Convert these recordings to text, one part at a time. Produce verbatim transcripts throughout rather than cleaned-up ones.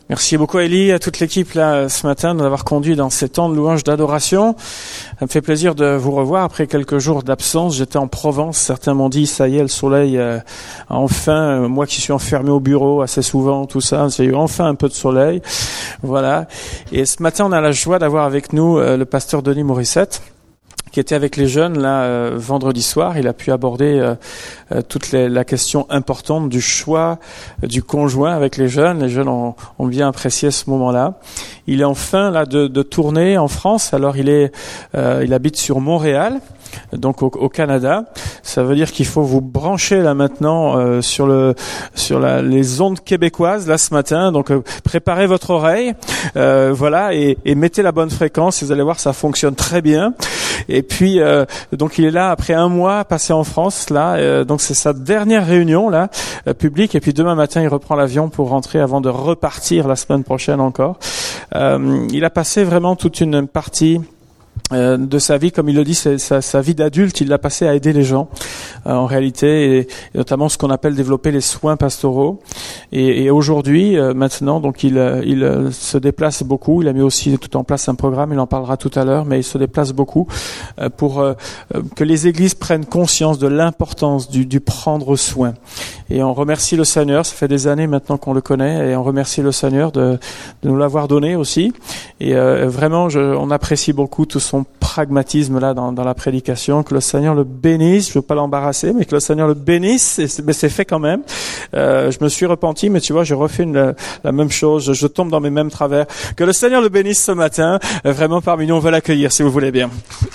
Merci beaucoup Élie, à toute l'équipe là ce matin de nous avoir conduit dans ces temps de louange, d'adoration. Ça me fait plaisir de vous revoir après quelques jours d'absence. J'étais en Provence, certains m'ont dit ça y est, le soleil euh, enfin, moi qui suis enfermé au bureau assez souvent, tout ça, j'ai eu enfin un peu de soleil. Voilà. Et ce matin, on a la joie d'avoir avec nous euh, le pasteur Denis Morissette, qui était avec les jeunes là euh, vendredi soir. Il a pu aborder euh, euh, toute les, la question importante du choix euh, du conjoint avec les jeunes. Les jeunes ont, ont bien apprécié ce moment-là. Il est en fin là de, de tournée en France. Alors il est, euh, il habite sur Montréal, donc au, au Canada. Ça veut dire qu'il faut vous brancher là maintenant euh, sur le sur la, les ondes québécoises là ce matin. Donc euh, préparez votre oreille, euh, voilà, et, et mettez la bonne fréquence. Vous allez voir, ça fonctionne très bien. Et puis euh, donc il est là après un mois passé en France là. Euh, donc c'est sa dernière réunion là euh, publique. Et puis demain matin il reprend l'avion pour rentrer avant de repartir la semaine prochaine encore. Euh, il a passé vraiment toute une partie Euh, de sa vie, comme il le dit, c'est sa, sa vie d'adulte, il l'a passé à aider les gens, euh, en réalité, et, et notamment ce qu'on appelle développer les soins pastoraux. Et, et aujourd'hui, euh, maintenant, donc il, il euh, se déplace beaucoup. Il a mis aussi tout en place un programme. Il en parlera tout à l'heure, mais il se déplace beaucoup euh, pour euh, que les églises prennent conscience de l'importance du, du prendre soin. Et on remercie le Seigneur. Ça fait des années maintenant qu'on le connaît, et on remercie le Seigneur de, de nous l'avoir donné aussi. Et euh, vraiment, je, on apprécie beaucoup tout son pragmatisme là dans, dans la prédication. Que le Seigneur le bénisse. Je veux pas l'embarrasser, mais que le Seigneur le bénisse. Et c'est, mais c'est fait quand même. Euh, je me suis repenti, mais tu vois, j'ai refait une, la, la même chose. Je, je tombe dans mes mêmes travers. Que le Seigneur le bénisse ce matin. Euh, vraiment parmi nous, on veut l'accueillir si vous voulez bien.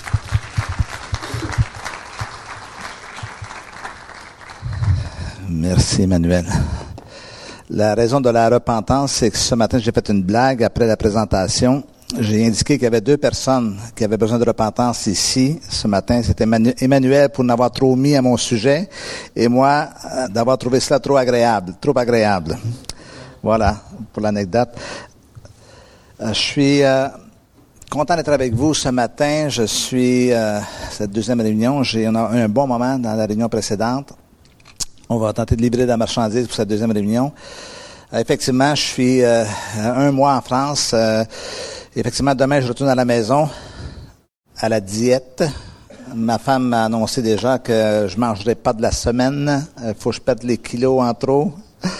Merci Emmanuel. La raison de la repentance, c'est que ce matin, j'ai fait une blague après la présentation. J'ai indiqué qu'il y avait deux personnes qui avaient besoin de repentance ici. Ce matin, c'était Emmanuel pour n'avoir trop mis à mon sujet et moi d'avoir trouvé cela trop agréable, trop agréable. Voilà pour l'anecdote. Je suis euh, content d'être avec vous ce matin. Je suis euh, cette deuxième réunion. J'ai on a eu un bon moment dans la réunion précédente. On va tenter de libérer de la marchandise pour cette deuxième réunion. Euh, effectivement, je suis euh, un mois en France. Euh, effectivement, demain, je retourne à la maison, à la diète. Ma femme m'a annoncé déjà que je mangerai pas de la semaine. Il faut que je perde les kilos en trop.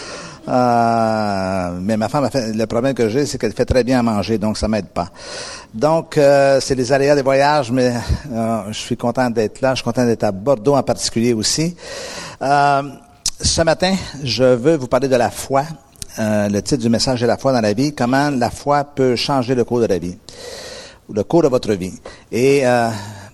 Euh, mais ma femme a fait, le problème que j'ai, c'est qu'elle fait très bien à manger, donc ça m'aide pas. Donc, euh, c'est les aléas des voyages, mais euh, je suis content d'être là. Je suis content d'être à Bordeaux en particulier aussi. Euh, ce matin, je veux vous parler de la foi. Euh, le titre du message est la foi dans la vie. Comment la foi peut changer le cours de la vie, ou le cours de votre vie. Et euh,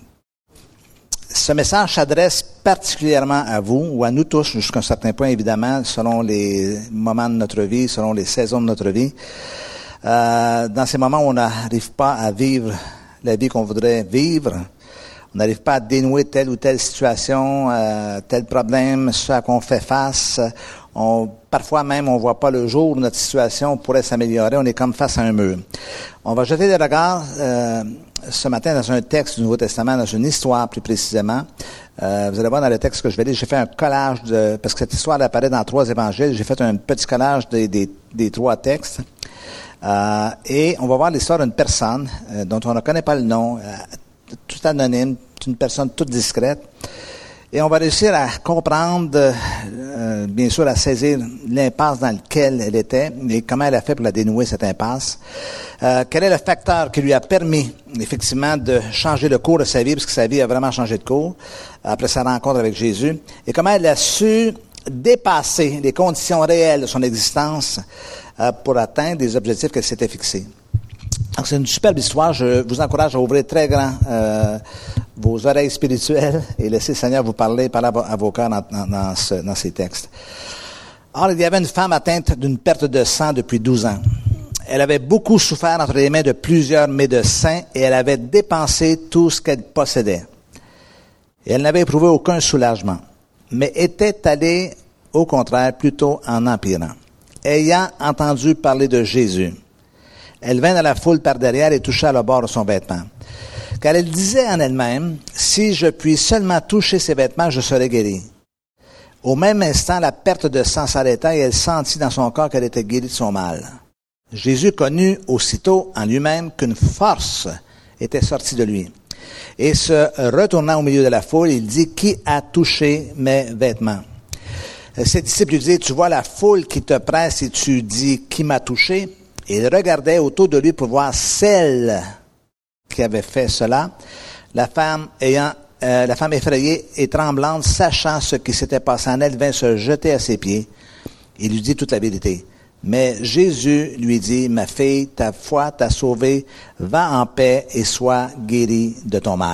ce message s'adresse particulièrement à vous, ou à nous tous, jusqu'à un certain point, évidemment, selon les moments de notre vie, selon les saisons de notre vie. Euh, dans ces moments où on n'arrive pas à vivre la vie qu'on voudrait vivre, on n'arrive pas à dénouer telle ou telle situation, euh, tel problème, ce à quoi on fait face. On, parfois même, on voit pas le jour où notre situation pourrait s'améliorer. On est comme face à un mur. On va jeter des regards euh, ce matin dans un texte du Nouveau Testament, dans une histoire plus précisément. Euh, vous allez voir dans le texte que je vais lire, j'ai fait un collage de, parce que cette histoire elle apparaît dans trois évangiles. J'ai fait un petit collage des, des, des trois textes. Euh, et on va voir l'histoire d'une personne euh, dont on ne connaît pas le nom, euh, tout anonyme, une personne toute discrète. Et on va réussir à comprendre, euh, bien sûr, à saisir l'impasse dans laquelle elle était et comment elle a fait pour la dénouer, cette impasse. Euh, quel est le facteur qui lui a permis, effectivement, de changer le cours de sa vie, parce que sa vie a vraiment changé de cours après sa rencontre avec Jésus. Et comment elle a su dépasser les conditions réelles de son existence euh, pour atteindre des objectifs qu'elle s'était fixés. Donc, c'est une superbe histoire. Je vous encourage à ouvrir très grand euh, vos oreilles spirituelles et laisser le Seigneur vous parler, parler à vos cœurs dans, dans, dans, ce, dans ces textes. Or, il y avait une femme atteinte d'une perte de sang depuis douze ans. Elle avait beaucoup souffert entre les mains de plusieurs médecins et elle avait dépensé tout ce qu'elle possédait. Et elle n'avait éprouvé aucun soulagement, mais était allée, au contraire, plutôt en empirant. Ayant entendu parler de Jésus, elle vint dans la foule par derrière et toucha le bord de son vêtement. Car elle disait en elle-même, « Si je puis seulement toucher ses vêtements, je serai guérie. » Au même instant, la perte de sang s'arrêta et elle sentit dans son corps qu'elle était guérie de son mal. Jésus connut aussitôt en lui-même qu'une force était sortie de lui. Et se retournant au milieu de la foule, il dit, « Qui a touché mes vêtements? » Ses disciples lui disaient, « Tu vois la foule qui te presse et tu dis, qui m'a touché? » Et il regardait autour de lui pour voir celle qui avait fait cela. La femme ayant, euh, la femme effrayée et tremblante, sachant ce qui s'était passé en elle, vint se jeter à ses pieds. Il lui dit toute la vérité. Mais Jésus lui dit, « Ma fille, ta foi t'a sauvée, va en paix et sois guérie de ton mal. »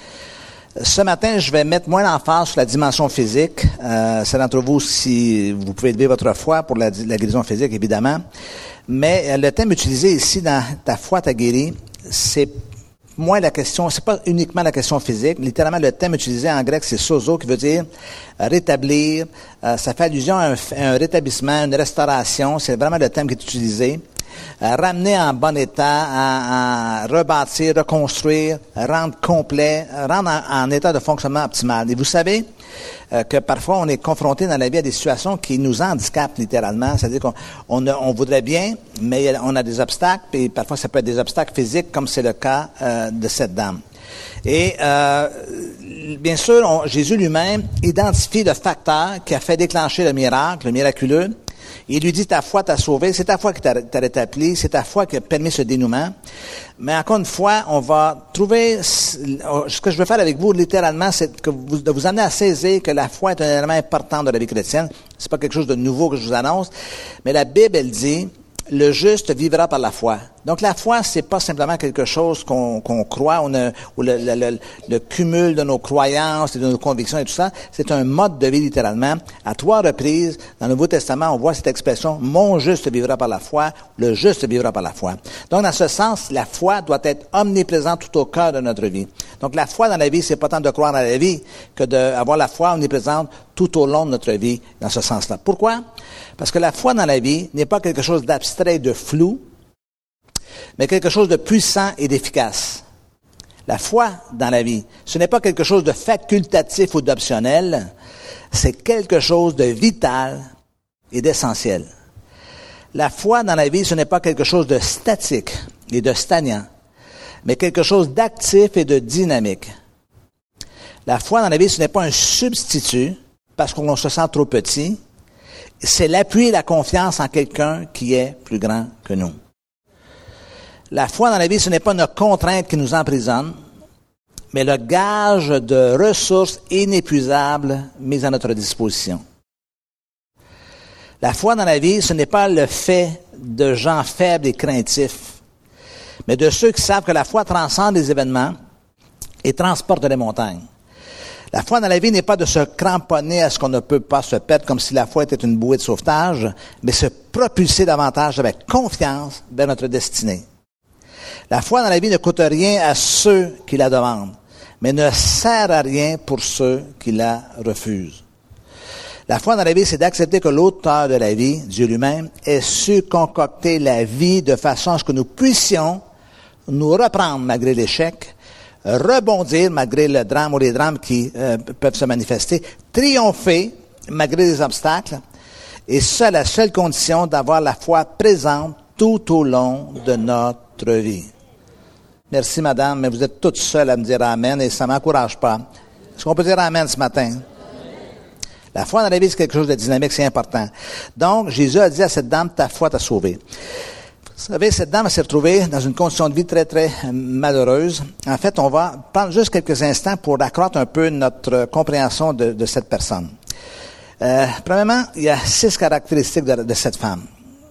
Ce matin, je vais mettre moins l'emphase sur la dimension physique. Euh, c'est d'entre vous, si vous pouvez élever votre foi pour la, la guérison physique, évidemment. Mais le thème utilisé ici dans « ta foi t'a guérie », c'est moins la question, c'est pas uniquement la question physique. Littéralement, le thème utilisé en grec, c'est sozo, qui veut dire rétablir. Euh, ça fait allusion à un, à un rétablissement, une restauration. C'est vraiment le thème qui est utilisé. Euh, ramener en bon état, à, à rebâtir, reconstruire, rendre complet, rendre en, en état de fonctionnement optimal. Et vous savez euh, que parfois on est confronté dans la vie à des situations qui nous handicapent littéralement. C'est-à-dire qu'on on, on voudrait bien, mais on a des obstacles, et parfois ça peut être des obstacles physiques, comme c'est le cas euh, de cette dame. Et euh, bien sûr, on, Jésus lui-même identifie le facteur qui a fait déclencher le miracle, le miraculeux. Il lui dit, ta foi t'a sauvé, c'est ta foi qui t'a, t'a rétabli, c'est ta foi qui a permis ce dénouement. Mais encore une fois, on va trouver, ce que je veux faire avec vous, littéralement, c'est que vous, de vous amener à saisir que la foi est un élément important de la vie chrétienne. C'est pas quelque chose de nouveau que je vous annonce, mais la Bible, elle dit, le juste vivra par la foi. Donc la foi, c'est pas simplement quelque chose qu'on, qu'on croit, on a, ou le, le, le, le cumul de nos croyances et de nos convictions et tout ça. C'est un mode de vie littéralement. À trois reprises, dans le Nouveau Testament, on voit cette expression « mon juste vivra par la foi »,« le juste vivra par la foi ». Donc dans ce sens, la foi doit être omniprésente tout au cœur de notre vie. Donc la foi dans la vie, c'est pas tant de croire à la vie que d'avoir la foi omniprésente tout au long de notre vie dans ce sens-là. Pourquoi? Parce que la foi dans la vie n'est pas quelque chose d'abstrait et de flou, mais quelque chose de puissant et d'efficace. La foi dans la vie, ce n'est pas quelque chose de facultatif ou d'optionnel, c'est quelque chose de vital et d'essentiel. La foi dans la vie, ce n'est pas quelque chose de statique et de stagnant, mais quelque chose d'actif et de dynamique. La foi dans la vie, ce n'est pas un substitut parce qu'on se sent trop petit, c'est l'appui et la confiance en quelqu'un qui est plus grand que nous. La foi dans la vie, ce n'est pas une contrainte qui nous emprisonne, mais le gage de ressources inépuisables mises à notre disposition. La foi dans la vie, ce n'est pas le fait de gens faibles et craintifs, mais de ceux qui savent que la foi transcende les événements et transporte les montagnes. La foi dans la vie n'est pas de se cramponner à ce qu'on ne peut pas se perdre comme si la foi était une bouée de sauvetage, mais se propulser davantage avec confiance vers notre destinée. La foi dans la vie ne coûte rien à ceux qui la demandent, mais ne sert à rien pour ceux qui la refusent. La foi dans la vie, c'est d'accepter que l'auteur de la vie, Dieu lui-même, ait su concocter la vie de façon à ce que nous puissions nous reprendre malgré l'échec, rebondir malgré le drame ou les drames qui euh, peuvent se manifester, triompher malgré les obstacles, et ça, à la seule condition d'avoir la foi présente tout au long de notre vie. Merci, madame, mais vous êtes toute seule à me dire amen et ça ne m'encourage pas. Est-ce qu'on peut dire amen ce matin? La foi dans la vie, c'est quelque chose de dynamique, c'est important. Donc, Jésus a dit à cette dame, ta foi t'a sauvée. Vous savez, cette dame s'est retrouvée dans une condition de vie très, très malheureuse. En fait, on va prendre juste quelques instants pour accroître un peu notre compréhension de, de cette personne. Euh, premièrement, il y a six caractéristiques de, de cette femme.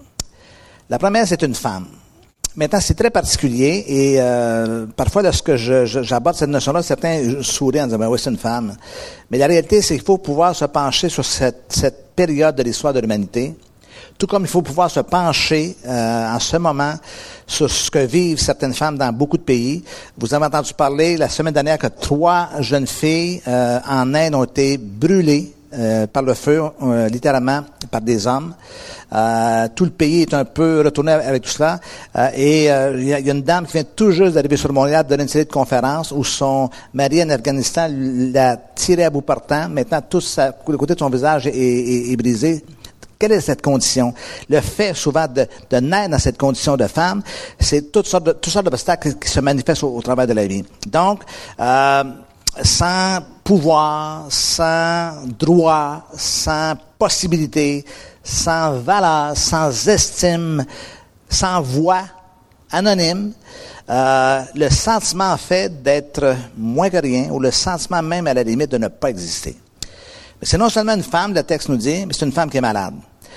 La première, c'est une femme. Maintenant, c'est très particulier et euh, parfois, lorsque je, je, j'aborde cette notion-là, certains sourient en disant, ben oui, c'est une femme. Mais la réalité, c'est qu'il faut pouvoir se pencher sur cette, cette période de l'histoire de l'humanité. Tout comme il faut pouvoir se pencher euh, en ce moment sur ce que vivent certaines femmes dans beaucoup de pays. Vous avez entendu parler la semaine dernière que trois jeunes filles euh, en Inde ont été brûlées euh, par le feu, euh, littéralement par des hommes. Euh, tout le pays est un peu retourné avec tout cela. Euh, et euh, il y, a, y a une dame qui vient tout juste d'arriver sur Montréal de donner une série de conférences où son mari en Afghanistan l'a tiré à bout portant. Maintenant, tout sa, le côté de son visage est, est, est brisé. Quelle est cette condition? Le fait souvent de, de naître dans cette condition de femme, c'est toutes sortes de, toutes sortes d'obstacles qui se manifestent au, au travers de la vie. Donc, euh, sans pouvoir, sans droit, sans possibilité, sans valeur, sans estime, sans voix, anonyme, euh, le sentiment en fait d'être moins que rien, ou le sentiment même à la limite de ne pas exister. C'est non seulement une femme, le texte nous dit, mais c'est une femme qui est malade.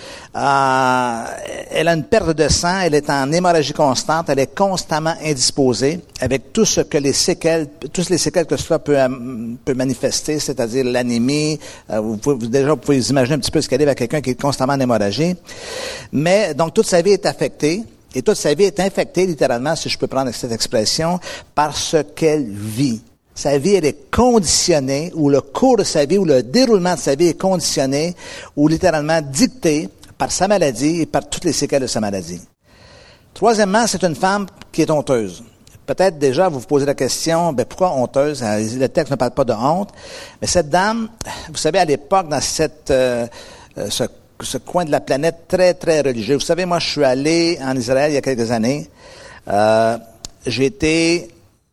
Euh, elle a une perte de sang, elle est en hémorragie constante, elle est constamment indisposée, avec tout ce que les séquelles, toutes les séquelles que cela peut, peut manifester, c'est-à-dire l'anémie. Euh, vous pouvez, déjà, vous pouvez vous imaginer un petit peu ce qu'elle est avec quelqu'un qui est constamment en hémorragie. Mais donc toute sa vie est affectée. Et toute sa vie est infectée, littéralement, si je peux prendre cette expression, par ce qu'elle vit. Sa vie, elle est conditionnée, ou le cours de sa vie, ou le déroulement de sa vie est conditionné, ou littéralement dicté par sa maladie et par toutes les séquelles de sa maladie. Troisièmement, c'est une femme qui est honteuse. Peut-être déjà, vous vous posez la question, ben pourquoi honteuse? Le texte ne parle pas de honte. Mais cette dame, vous savez, à l'époque, dans cette, euh, ce, ce coin de la planète très, très religieux. Vous savez, moi, je suis allé en Israël il y a quelques années. Euh, j'ai été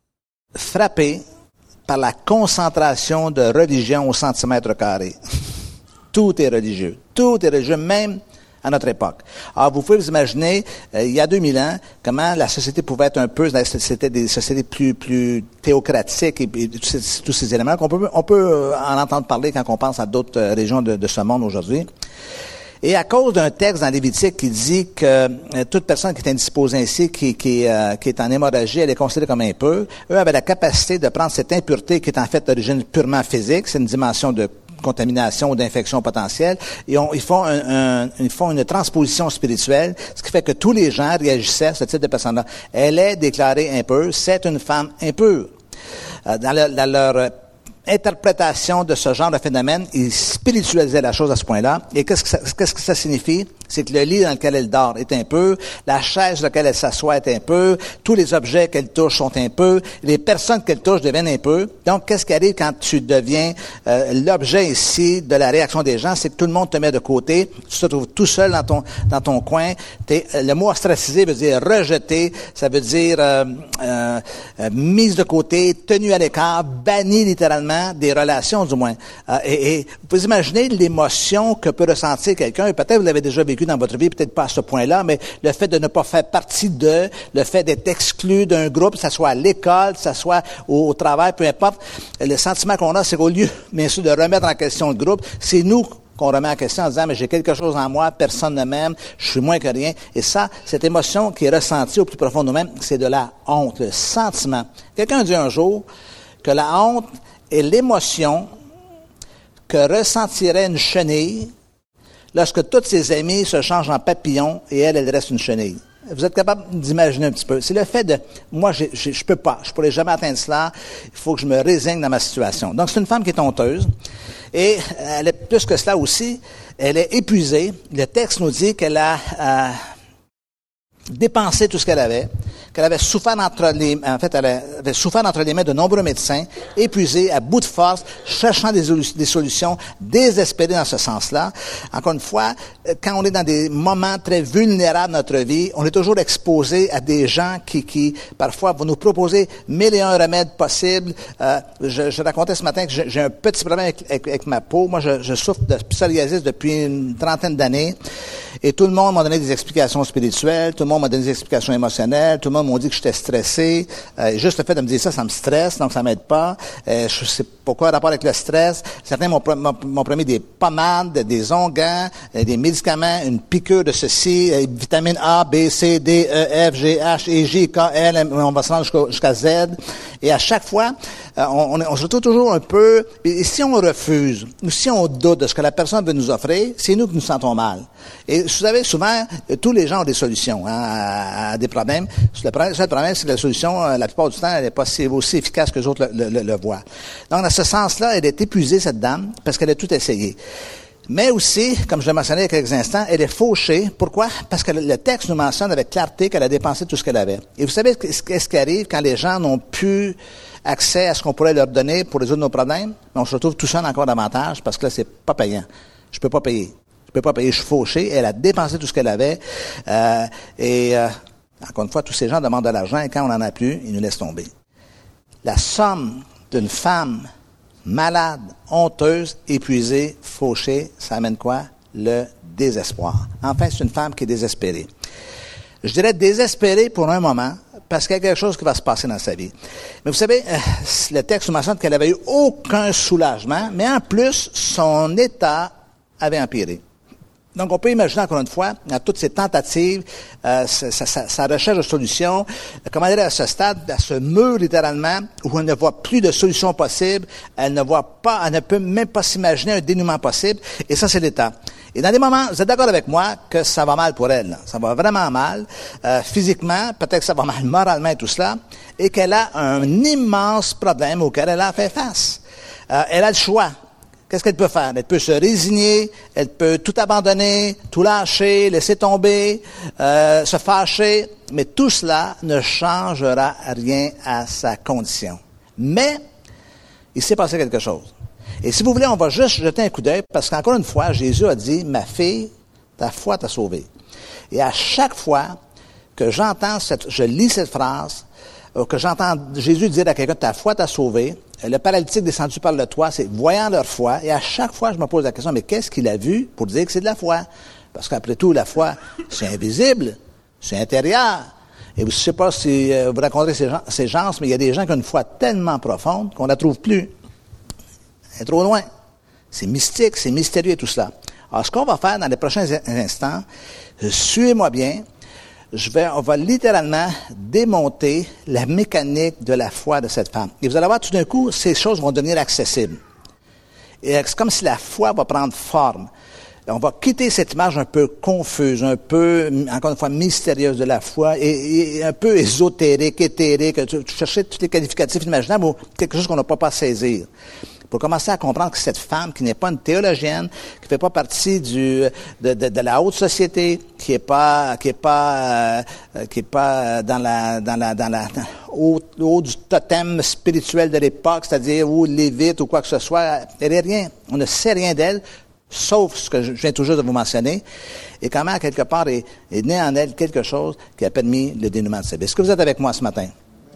frappé par la concentration de religion au centimètre carré. Tout est religieux. Tout est religieux, même à notre époque. Alors, vous pouvez vous imaginer, euh, il y a deux mille ans, comment la société pouvait être un peu, c'était des sociétés plus, plus théocratiques et, et tous, ces, tous ces éléments qu'on peut, on peut en entendre parler quand on pense à d'autres régions de, de ce monde aujourd'hui. Et à cause d'un texte dans Lévitique qui dit que euh, toute personne qui est indisposée ainsi, qui, qui, euh, qui est en hémorragie, elle est considérée comme impure, eux avaient la capacité de prendre cette impureté qui est en fait d'origine purement physique, c'est une dimension de contamination ou d'infection potentielle, et on, ils, font un, un, ils font une transposition spirituelle, ce qui fait que tous les gens réagissaient à ce type de personne-là. Elle est déclarée impure, c'est une femme impure. Euh, dans, le, dans leur interprétation de ce genre de phénomène, ils spiritualisaient la chose à ce point-là. Et qu'est-ce que ça, qu'est-ce que ça signifie? C'est que le lit dans lequel elle dort est impur, la chaise dans laquelle elle s'assoit est impure, tous les objets qu'elle touche sont impurs, les personnes qu'elle touche deviennent impures. Donc, qu'est-ce qui arrive quand tu deviens euh, l'objet ici de la réaction des gens? C'est que tout le monde te met de côté, tu te trouves tout seul dans ton dans ton coin. T'es, le mot ostracisé veut dire rejeté, ça veut dire euh, euh, euh, mise de côté, tenu à l'écart, banni littéralement des relations du moins. Euh, et, et vous pouvez imaginer l'émotion que peut ressentir quelqu'un, et peut-être vous l'avez déjà vécu dans votre vie, peut-être pas à ce point-là, mais le fait de ne pas faire partie de, le fait d'être exclu d'un groupe, que ce soit à l'école, que ce soit au, au travail, peu importe, le sentiment qu'on a, c'est qu'au lieu, bien sûr, de remettre en question le groupe, c'est nous qu'on remet en question en disant, mais j'ai quelque chose en moi, personne ne m'aime, je suis moins que rien. Et ça, cette émotion qui est ressentie au plus profond de nous-mêmes, c'est de la honte, le sentiment. Quelqu'un a dit un jour que la honte est l'émotion que ressentirait une chenille lorsque tous ses amis se changent en papillons et elle, elle reste une chenille. Vous êtes capable d'imaginer un petit peu. C'est le fait de, moi, j'ai, j'ai, je peux pas, je pourrais jamais atteindre cela, il faut que je me résigne dans ma situation. Donc, c'est une femme qui est honteuse, et elle est plus que cela aussi, elle est épuisée. Le texte nous dit qu'elle a euh, dépensé tout ce qu'elle avait, qu'elle avait souffert entre les, en fait, elle avait souffert entre les mains de nombreux médecins, épuisée, à bout de force, cherchant des, des solutions, désespérée dans ce sens-là. Encore une fois, quand on est dans des moments très vulnérables de notre vie, on est toujours exposé à des gens qui, qui parfois, vont nous proposer mille et un remèdes possibles. Euh, je, je racontais ce matin que j'ai, j'ai un petit problème avec, avec, avec ma peau. Moi, je, je souffre de psoriasis depuis une trentaine d'années. Et tout le monde m'a donné des explications spirituelles, tout le monde m'a donné des explications émotionnelles, tout le monde m'a dit que j'étais stressé. Euh, juste le fait de me dire ça, ça me stresse, donc ça m'aide pas. Euh, je sais pourquoi, rapport avec le stress. Certains m'ont, m'ont, m'ont promis des pommades, des onguents, euh, des médicaments, une piqûre de ceci, euh, vitamine A, B, C, D, E, F, G, H, E, J, K, L, on va se rendre jusqu'à, jusqu'à Z. Et à chaque fois, euh, on, on, on se retrouve toujours un peu... Et si on refuse, ou si on doute de ce que la personne veut nous offrir, c'est nous qui nous sentons mal. Et vous savez, souvent, tous les gens ont des solutions hein, à, à des problèmes. Le problème, le problème, c'est que la solution, la plupart du temps, elle n'est pas aussi, aussi efficace que les autres le, le, le voient. Donc, dans ce sens-là, elle est épuisée, cette dame, parce qu'elle a tout essayé. Mais aussi, comme je l'ai mentionné il y a quelques instants, elle est fauchée. Pourquoi? Parce que le texte nous mentionne avec clarté qu'elle a dépensé tout ce qu'elle avait. Et vous savez ce qui arrive quand les gens n'ont plus accès à ce qu'on pourrait leur donner pour résoudre nos problèmes? On se retrouve tout seul encore davantage parce que là, c'est pas payant. Je peux pas payer. Je peux pas payer, je suis fauché. Elle a dépensé tout ce qu'elle avait. Euh, et euh, encore une fois, tous ces gens demandent de l'argent et quand on n'en a plus, ils nous laissent tomber. La somme d'une femme malade, honteuse, épuisée, fauchée, ça amène quoi? Le désespoir. Enfin, c'est une femme qui est désespérée. Je dirais désespérée pour un moment, parce qu'il y a quelque chose qui va se passer dans sa vie. Mais vous savez, le texte nous mentionne qu'elle n'avait eu aucun soulagement, mais en plus, son état avait empiré. Donc, on peut imaginer, encore une fois, dans toutes ces tentatives, euh, sa, sa, sa recherche de solutions, comment elle est à ce stade, à ce mur, littéralement, où elle ne voit plus de solution possible, elle ne voit pas, elle ne peut même pas s'imaginer un dénouement possible, et ça, c'est l'état. Et dans des moments, vous êtes d'accord avec moi que ça va mal pour elle, là. Ça va vraiment mal, euh, physiquement, peut-être que ça va mal moralement et tout cela, et qu'elle a un immense problème auquel elle a fait face. Euh, elle a le choix. Qu'est-ce qu'elle peut faire? Elle peut se résigner, elle peut tout abandonner, tout lâcher, laisser tomber, euh, se fâcher, mais tout cela ne changera rien à sa condition. Mais, il s'est passé quelque chose. Et si vous voulez, on va juste jeter un coup d'œil, parce qu'encore une fois, Jésus a dit, « Ma fille, ta foi t'a sauvée. » Et à chaque fois que j'entends cette, je lis cette phrase, que j'entends Jésus dire à quelqu'un, ta foi t'a sauvé, le paralytique descendu par le toit, c'est voyant leur foi, et à chaque fois, je me pose la question, mais qu'est-ce qu'il a vu pour dire que c'est de la foi? Parce qu'après tout, la foi, c'est invisible, c'est intérieur. Et je ne sais pas si euh, vous rencontrez ces gens, ces gens, mais il y a des gens qui ont une foi tellement profonde qu'on ne la trouve plus. Elle est trop loin. C'est mystique, c'est mystérieux et tout cela. Alors, ce qu'on va faire dans les prochains instants, suivez-moi bien, Je vais, on va littéralement démonter la mécanique de la foi de cette femme. Et vous allez voir, tout d'un coup, ces choses vont devenir accessibles. Et c'est comme si la foi va prendre forme. On va quitter cette image un peu confuse, un peu, encore une fois, mystérieuse de la foi, et, et un peu ésotérique, éthérique, tu, tu cherchais tous les qualificatifs imaginables ou quelque chose qu'on n'a pas pas à saisir. Pour commencer à comprendre que cette femme, qui n'est pas une théologienne, qui ne fait pas partie du de, de, de la haute société, qui est pas qui est pas euh, qui est pas dans la dans la dans la haut, haut du totem spirituel de l'époque, c'est-à-dire ou lévite ou quoi que ce soit, elle n'est rien. On ne sait rien d'elle, sauf ce que je viens toujours de vous mentionner, et comment quelque part est, est né en elle quelque chose qui a permis le dénouement de sa vie. Est-ce que vous êtes avec moi ce matin?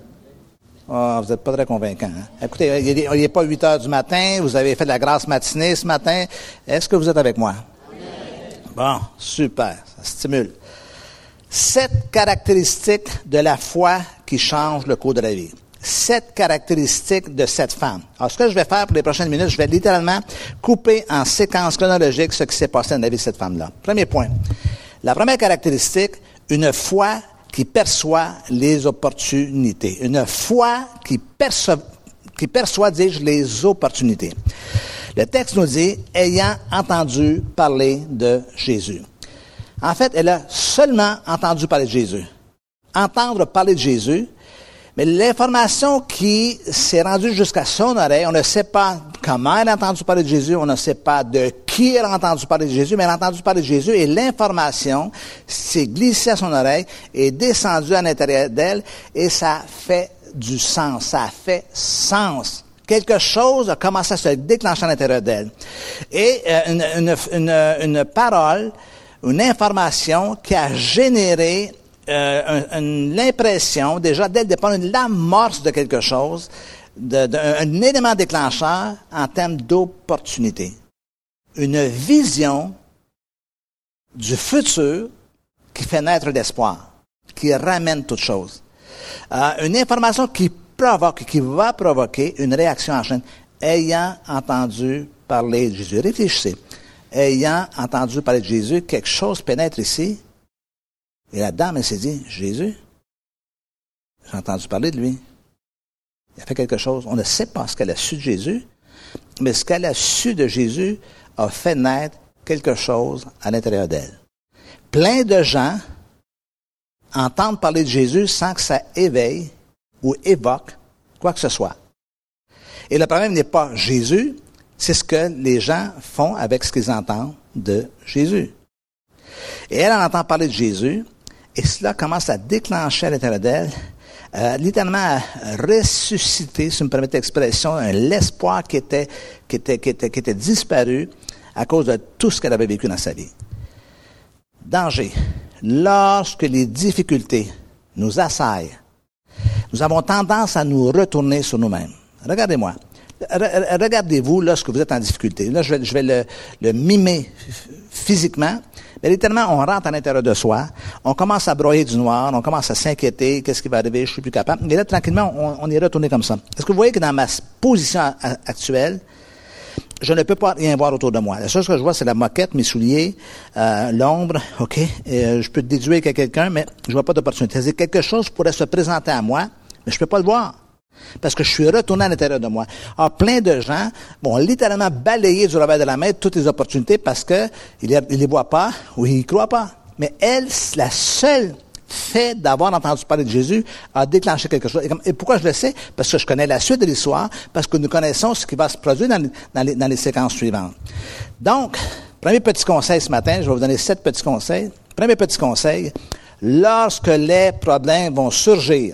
Ah, oh, vous n'êtes pas très convaincant. Hein? Écoutez, il n'est pas huit heures du matin, vous avez fait de la grasse matinée ce matin. Est-ce que vous êtes avec moi? Oui. Bon, super, ça stimule. Sept caractéristiques de la foi qui changent le cours de la vie. Sept caractéristiques de cette femme. Alors, ce que je vais faire pour les prochaines minutes, je vais littéralement couper en séquence chronologique ce qui s'est passé dans la vie de cette femme-là. Premier point. La première caractéristique, une foi qui perçoit les opportunités. Une foi qui perçoit, qui perçoit, dis-je, les opportunités. Le texte nous dit, ayant entendu parler de Jésus. En fait, elle a seulement entendu parler de Jésus. Entendre parler de Jésus, mais l'information qui s'est rendue jusqu'à son oreille, on ne sait pas comment elle a entendu parler de Jésus, on ne sait pas de qui elle a entendu parler de Jésus, mais elle a entendu parler de Jésus et l'information s'est glissée à son oreille, est descendue à l'intérieur d'elle et ça fait du sens, ça fait sens. Quelque chose a commencé à se déclencher à l'intérieur d'elle. Et euh, une, une, une, une parole, une information qui a généré Euh, un, un, l'impression, déjà, dès le départ, l'amorce de quelque chose, de, de, un, un élément déclencheur en termes d'opportunité. Une vision du futur qui fait naître l'espoir, qui ramène toute chose. Euh, une information qui provoque, qui va provoquer une réaction en chaîne. Ayant entendu parler de Jésus. Réfléchissez. Ayant entendu parler de Jésus, quelque chose pénètre ici. Et la dame, elle s'est dit, Jésus, j'ai entendu parler de lui. Il a fait quelque chose. On ne sait pas ce qu'elle a su de Jésus, mais ce qu'elle a su de Jésus a fait naître quelque chose à l'intérieur d'elle. Plein de gens entendent parler de Jésus sans que ça éveille ou évoque quoi que ce soit. Et le problème n'est pas Jésus, c'est ce que les gens font avec ce qu'ils entendent de Jésus. Et elle en entend parler de Jésus, et cela commence à déclencher à l'intérieur d'elle, euh, littéralement à ressusciter, si vous me permettez l'expression, un l'espoir qui était, qui était, qui était, qui était disparu, à cause de tout ce qu'elle avait vécu dans sa vie. Danger. Lorsque les difficultés nous assaillent, nous avons tendance à nous retourner sur nous-mêmes. Regardez-moi. Re- regardez-vous lorsque vous êtes en difficulté. Là, je vais, je vais le, le mimer physiquement. Mais littéralement, on rentre à l'intérieur de soi, on commence à broyer du noir, on commence à s'inquiéter, qu'est-ce qui va arriver, je suis plus capable. Mais là, tranquillement, on, on est retourné comme ça. Est-ce que vous voyez que dans ma position a, a, actuelle, je ne peux pas rien voir autour de moi. La chose que je vois, c'est la moquette, mes souliers, euh, l'ombre, OK? Et, euh, je peux déduire qu'il y a quelqu'un, mais je vois pas d'opportunité. C'est-à-dire quelque chose pourrait se présenter à moi, mais je peux pas le voir. Parce que je suis retourné à l'intérieur de moi. Alors, plein de gens vont littéralement balayer du revers de la main toutes les opportunités parce que ils les, ils les voient pas ou ils y croient pas. Mais elle, la seule fait d'avoir entendu parler de Jésus a déclenché quelque chose. Et, comme, et pourquoi je le sais? Parce que je connais la suite de l'histoire, parce que nous connaissons ce qui va se produire dans les, dans les, dans les séquences suivantes. Donc, premier petit conseil ce matin, je vais vous donner sept petits conseils. Premier petit conseil, lorsque les problèmes vont surgir,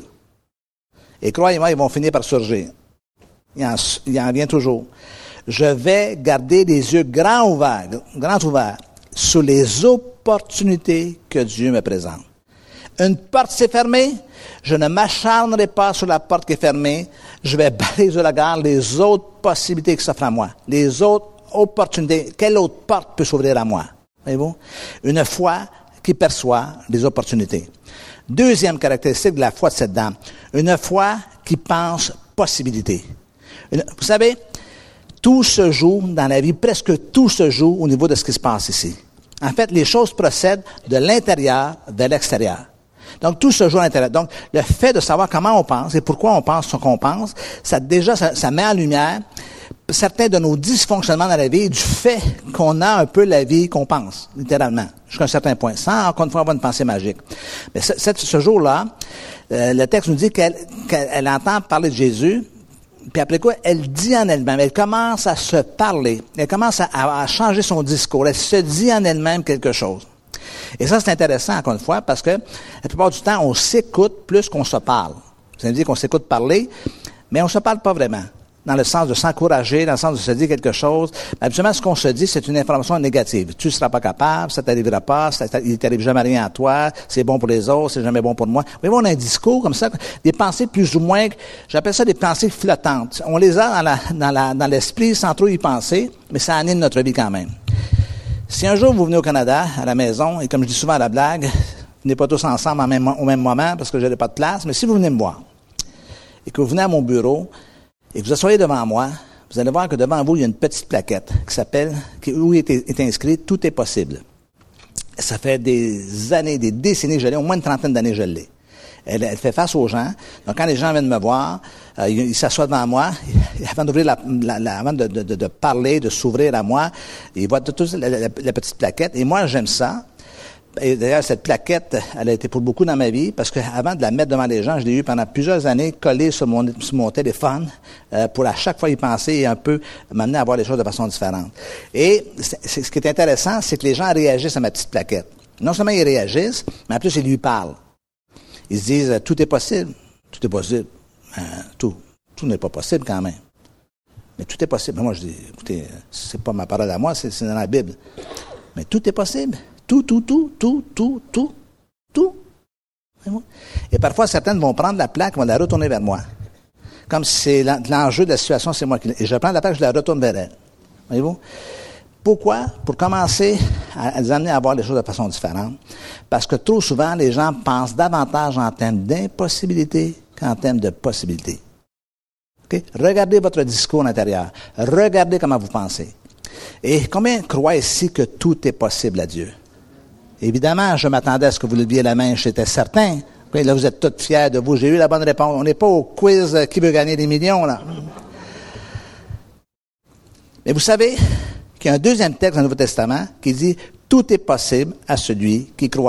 et croyez-moi, ils vont finir par surgir. Il en, il en vient toujours. Je vais garder les yeux grands ouverts, grands ouverts, sur les opportunités que Dieu me présente. Une porte s'est fermée, je ne m'acharnerai pas sur la porte qui est fermée, je vais balayer de la garde les autres possibilités qui s'offrent à moi, les autres opportunités. Quelle autre porte peut s'ouvrir à moi? Voyez-vous? Une foi qui perçoit les opportunités. Deuxième caractéristique de la foi de cette dame, une foi qui pense possibilité. Une, vous savez, tout se joue dans la vie, presque tout se joue au niveau de ce qui se passe ici. En fait, les choses procèdent de l'intérieur vers l'extérieur. Donc, tout se joue à l'intérieur. Donc, le fait de savoir comment on pense et pourquoi on pense ce qu'on pense, ça déjà, ça, ça met en lumière certains de nos dysfonctionnements dans la vie du fait qu'on a un peu la vie qu'on pense, littéralement, jusqu'à un certain point, sans encore une fois avoir une pensée magique. Mais ce, ce jour-là, euh, le texte nous dit qu'elle, qu'elle entend parler de Jésus, puis après quoi, elle dit en elle-même, elle commence à se parler, elle commence à, à changer son discours, elle se dit en elle-même quelque chose. Et ça, c'est intéressant, encore une fois, parce que la plupart du temps, on s'écoute plus qu'on se parle. Vous allez me dire qu'on s'écoute parler, mais on se parle pas vraiment. Dans le sens de s'encourager, dans le sens de se dire quelque chose. Mais habituellement, ce qu'on se dit, c'est une information négative. Tu ne seras pas capable, ça t'arrivera pas, ça, il ne t'arrive jamais rien à toi, c'est bon pour les autres, c'est jamais bon pour moi. Vous voyez, on a un discours comme ça, des pensées plus ou moins, j'appelle ça des pensées flottantes. On les a dans, la, dans, la, dans l'esprit sans trop y penser, mais ça anime notre vie quand même. Si un jour vous venez au Canada, à la maison, et comme je dis souvent à la blague, venez pas tous ensemble en même, au même moment parce que je n'ai pas de place, mais si vous venez me voir, et que vous venez à mon bureau, et que vous asseyez devant moi, vous allez voir que devant vous, il y a une petite plaquette qui s'appelle, qui, où est, est inscrit « Tout est possible ». Ça fait des années, des décennies que je l'ai, au moins une trentaine d'années que je l'ai. Elle, elle fait face aux gens. Donc, quand les gens viennent me voir, euh, ils, ils s'assoient devant moi, avant d'ouvrir la, la, la avant de, de, de, de parler, de s'ouvrir à moi, ils voient toute la, la, la petite plaquette. Et moi, j'aime ça. Et d'ailleurs, cette plaquette, elle a été pour beaucoup dans ma vie, parce que avant de la mettre devant les gens, je l'ai eu pendant plusieurs années collée sur mon, sur mon téléphone, euh, pour à chaque fois y penser et un peu m'amener à voir les choses de façon différente. Et c'est, c'est, ce qui est intéressant, c'est que les gens réagissent à ma petite plaquette. Non seulement ils réagissent, mais en plus, ils lui parlent. Ils se disent, tout est possible. Tout est possible. Euh, tout. Tout n'est pas possible quand même. Mais tout est possible. Mais moi, je dis, écoutez, c'est pas ma parole à moi, c'est, c'est dans la Bible. Mais tout est possible. Tout, tout, tout, tout, tout, tout, tout. Et parfois, certaines vont prendre la plaque, vont la retourner vers moi. Comme si c'est l'enjeu de la situation, c'est moi qui... Et je prends la plaque, je la retourne vers elle. Voyez-vous? Pourquoi? Pour commencer à les amener à voir les choses de façon différente. Parce que trop souvent, les gens pensent davantage en termes d'impossibilité qu'en termes de possibilité. Okay? Regardez votre discours intérieur. Regardez comment vous pensez. Et combien croient ici que tout est possible à Dieu? Évidemment, je m'attendais à ce que vous leviez la main, j'étais certain. Okay, là, vous êtes tous fiers de vous. J'ai eu la bonne réponse. On n'est pas au quiz euh, qui veut gagner des millions, là. Mais vous savez qu'il y a un deuxième texte dans le Nouveau Testament qui dit « Tout est possible à celui qui croit ».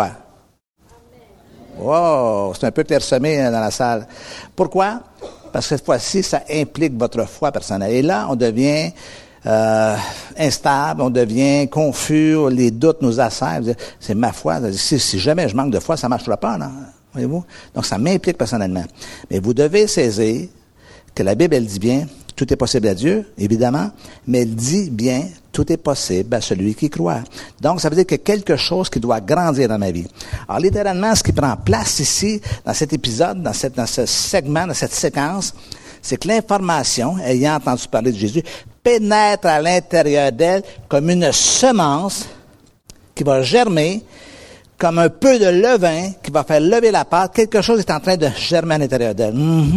Wow! C'est un peu clairsemé dans la salle. Pourquoi? Parce que cette fois-ci, ça implique votre foi personnelle. Et là, on devient... Euh, instable, on devient confus, les doutes nous assaillent. C'est ma foi. Si, si jamais je manque de foi, ça ne marchera pas, non? Voyez-vous? Donc, ça m'implique personnellement. Mais vous devez saisir que la Bible, elle dit bien, tout est possible à Dieu, évidemment, mais elle dit bien, tout est possible à celui qui croit. Donc, ça veut dire qu'il y a quelque chose qui doit grandir dans ma vie. Alors, littéralement, ce qui prend place ici, dans cet épisode, dans, cette, dans ce segment, dans cette séquence, c'est que l'information, ayant entendu parler de Jésus, pénètre à l'intérieur d'elle comme une semence qui va germer, comme un peu de levain qui va faire lever la pâte. Quelque chose est en train de germer à l'intérieur d'elle.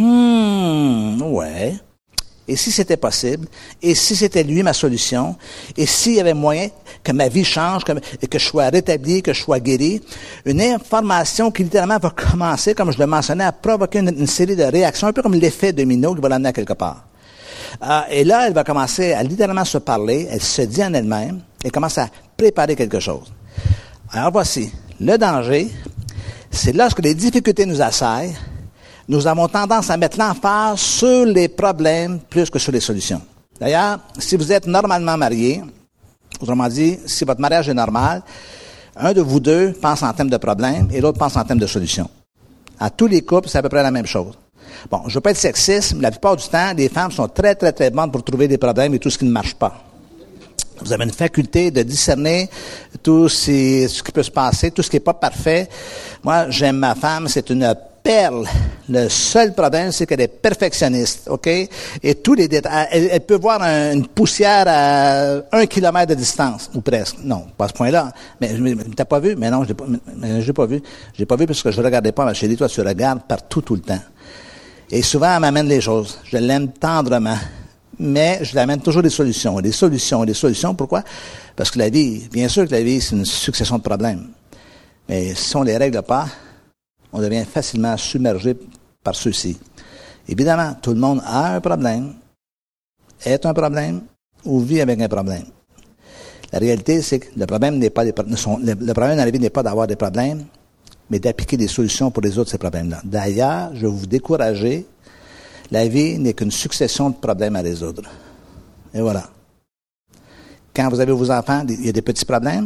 Mm-hmm, ouais. Et si c'était possible, et si c'était lui ma solution, et s'il y avait moyen que ma vie change, que, et que je sois rétabli, que je sois guéri, une information qui littéralement va commencer, comme je le mentionnais, à provoquer une, une série de réactions, un peu comme l'effet domino qui va l'amener à quelque part. Euh, et là, elle va commencer à littéralement se parler, elle se dit en elle-même, elle commence à préparer quelque chose. Alors voici, le danger, c'est lorsque les difficultés nous assaillent, nous avons tendance à mettre l'emphase sur les problèmes plus que sur les solutions. D'ailleurs, si vous êtes normalement marié, autrement dit, si votre mariage est normal, un de vous deux pense en termes de problèmes et l'autre pense en termes de solutions. À tous les couples, c'est à peu près la même chose. Bon, je ne veux pas être sexiste, mais la plupart du temps, les femmes sont très, très, très bonnes pour trouver des problèmes et tout ce qui ne marche pas. Vous avez une faculté de discerner tout ce qui peut se passer, tout ce qui n'est pas parfait. Moi, j'aime ma femme, c'est une perle. Le seul problème, c'est qu'elle est perfectionniste, OK? Et tous les détails. Elle, elle peut voir un, une poussière à un kilomètre de distance, ou presque. Non, pas à ce point-là. Mais, mais t'as pas vu? Mais non, je l'ai pas, mais, je l'ai pas vu. Je l'ai pas vu parce que je regardais pas ma chérie. Toi, tu regardes partout, tout le temps. Et souvent, elle m'amène les choses. Je l'aime tendrement. Mais je l'amène toujours des solutions. Des solutions, des solutions. Pourquoi? Parce que la vie, bien sûr que la vie, c'est une succession de problèmes. Mais si on les règle pas, on devient facilement submergé par ceux-ci. Évidemment, tout le monde a un problème, est un problème ou vit avec un problème. La réalité, c'est que le problème n'est pas des, son, le, le problème dans la vie n'est pas d'avoir des problèmes, mais d'appliquer des solutions pour résoudre ces problèmes-là. D'ailleurs, je vais vous décourager, la vie n'est qu'une succession de problèmes à résoudre. Et voilà. Quand vous avez vos enfants, il y a des petits problèmes,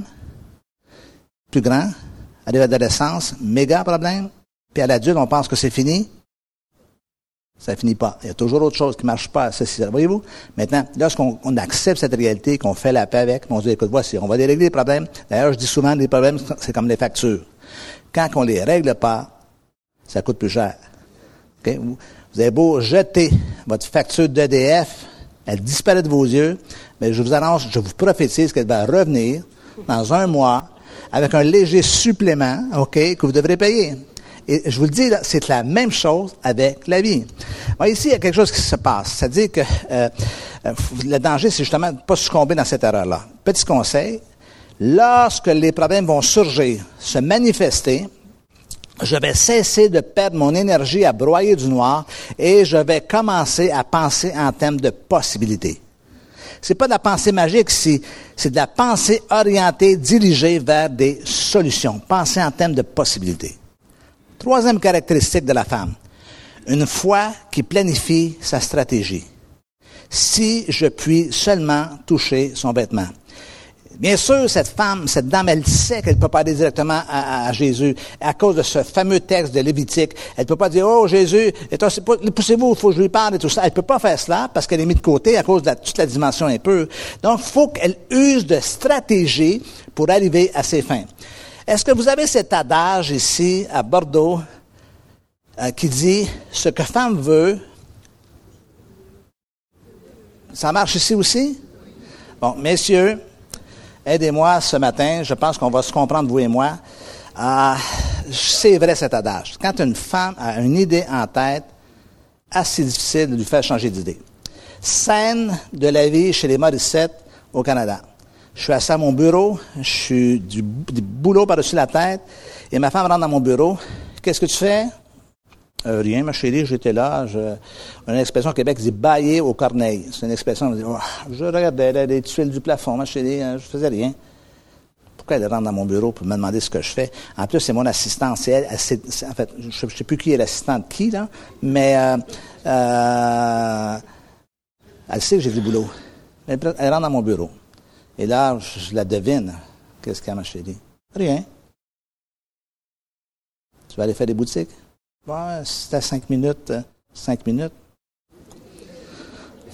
plus grands, à l'adolescence, méga problème, puis à l'adulte, on pense que c'est fini. Ça finit pas. Il y a toujours autre chose qui ne marche pas. Voyez-vous? Maintenant, lorsqu'on on accepte cette réalité, qu'on fait la paix avec, on se dit, écoute, voici, on va régler les problèmes. D'ailleurs, je dis souvent, les problèmes, c'est comme les factures. Quand on ne les règle pas, ça coûte plus cher. Okay? Vous, vous avez beau jeter votre facture d'E D F, elle disparaît de vos yeux, mais je vous annonce, je vous prophétise qu'elle va revenir dans un mois avec un léger supplément, OK, que vous devrez payer. Et je vous le dis, là, c'est la même chose avec la vie. Bon, ici, il y a quelque chose qui se passe. C'est-à-dire que euh, le danger, c'est justement de ne pas succomber dans cette erreur-là. Petit conseil, lorsque les problèmes vont surgir, se manifester, je vais cesser de perdre mon énergie à broyer du noir et je vais commencer à penser en termes de possibilités. C'est pas de la pensée magique, c'est, c'est de la pensée orientée, dirigée vers des solutions. Penser en termes de possibilités. Troisième caractéristique de la femme. Une foi qui planifie sa stratégie. Si je puis seulement toucher son vêtement. Bien sûr, cette femme, cette dame, elle sait qu'elle ne peut pas aller directement à, à, à Jésus à cause de ce fameux texte de Lévitique. Elle ne peut pas dire, oh Jésus, poussez-vous, il faut que je lui parle et tout ça. Elle ne peut pas faire cela parce qu'elle est mise de côté à cause de la, toute la dimension impure. Donc, il faut qu'elle use de stratégie pour arriver à ses fins. Est-ce que vous avez cet adage ici, à Bordeaux, euh, qui dit, ce que femme veut, ça marche ici aussi? Bon, messieurs, aidez-moi ce matin, je pense qu'on va se comprendre, vous et moi. Euh, c'est vrai cet adage. Quand une femme a une idée en tête, assez difficile de lui faire changer d'idée. Scène de la vie chez les Morissette au Canada. Je suis assis à mon bureau, je suis du, du boulot par-dessus la tête, et ma femme rentre dans mon bureau. Qu'est-ce que tu fais? Euh, rien, ma chérie, j'étais là. Je, on a une expression au Québec qui dit « bailler aux corneilles ». C'est une expression qui dit oh, « je regardais là, les tuiles du plafond, ma chérie, je faisais rien ». Pourquoi elle rentre dans mon bureau pour me demander ce que je fais? En plus, c'est mon assistante. C'est elle, elle c'est, c'est, en fait, je ne sais plus qui est l'assistante qui, là, mais euh, euh, elle sait que j'ai du boulot. Elle, elle rentre dans mon bureau. Et là, je, je la devine. Qu'est-ce qu'il y a, ma chérie? Rien. Tu vas aller faire des boutiques? Bon, c'était cinq minutes. Cinq minutes.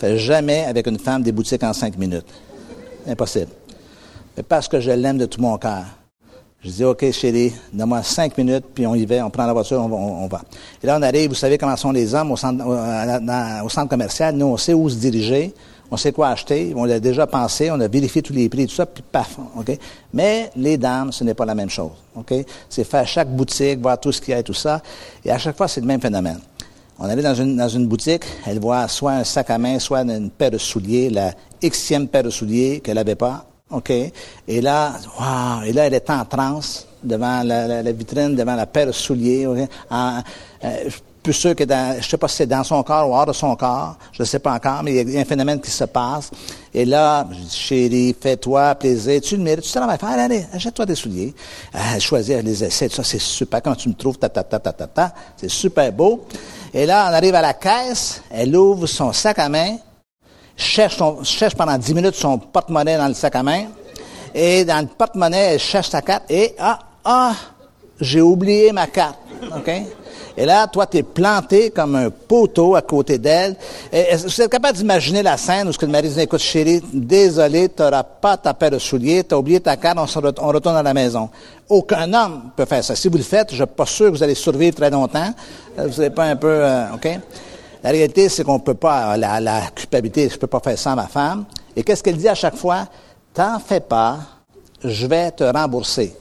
fais jamais avec une femme des boutiques en cinq minutes. Impossible. Mais parce que je l'aime de tout mon cœur. Je dis, OK, chérie, donne-moi cinq minutes, puis on y va, on prend la voiture, on va. On, on va. Et là, on arrive, vous savez comment sont les hommes au centre, au, dans, au centre commercial. Nous, on sait où se diriger, on sait quoi acheter, on l'a déjà pensé, on a vérifié tous les prix, tout ça, puis paf, OK? Mais les dames, ce n'est pas la même chose, OK? C'est faire chaque boutique, voir tout ce qu'il y a et tout ça. Et à chaque fois, c'est le même phénomène. On allait dans une, dans une boutique, elle voit soit un sac à main, soit une paire de souliers, la xème paire de souliers qu'elle n'avait pas. OK. Et là, wow! Et là, elle est en transe devant la, la, la vitrine, devant la paire de souliers. Okay? En, euh, je suis plus sûr que dans, je sais pas si c'est dans son corps ou hors de son corps. Je ne sais pas encore, mais il y a un phénomène qui se passe. Et là, je dis, chérie, fais-toi plaisir. Tu le mérites. Tu travailles. Allez, allez, achète-toi des souliers. Elle choisit, elle les essaie. Ça, c'est super. Quand tu me trouves, ta, ta, ta, ta, ta, ta. C'est super beau. Et là, on arrive à la caisse. Elle ouvre son sac à main. Cherche, son, cherche pendant dix minutes son porte-monnaie dans le sac à main. Et dans le porte-monnaie, elle cherche sa carte. Et, ah, ah, j'ai oublié ma carte. OK? Et là, toi, tu es planté comme un poteau à côté d'elle. Et, vous êtes capable d'imaginer la scène où ce que le mari dit, écoute, chérie, désolé, tu n'auras pas ta paire de souliers, tu as oublié ta carte, on, se re- on retourne à la maison. Aucun homme peut faire ça. Si vous le faites, je ne suis pas sûr que vous allez survivre très longtemps. Vous n'êtes pas un peu, euh, OK? La réalité, c'est qu'on ne peut pas, la, la culpabilité, je ne peux pas faire ça à ma femme. Et qu'est-ce qu'elle dit à chaque fois? T'en fais pas, je vais te rembourser.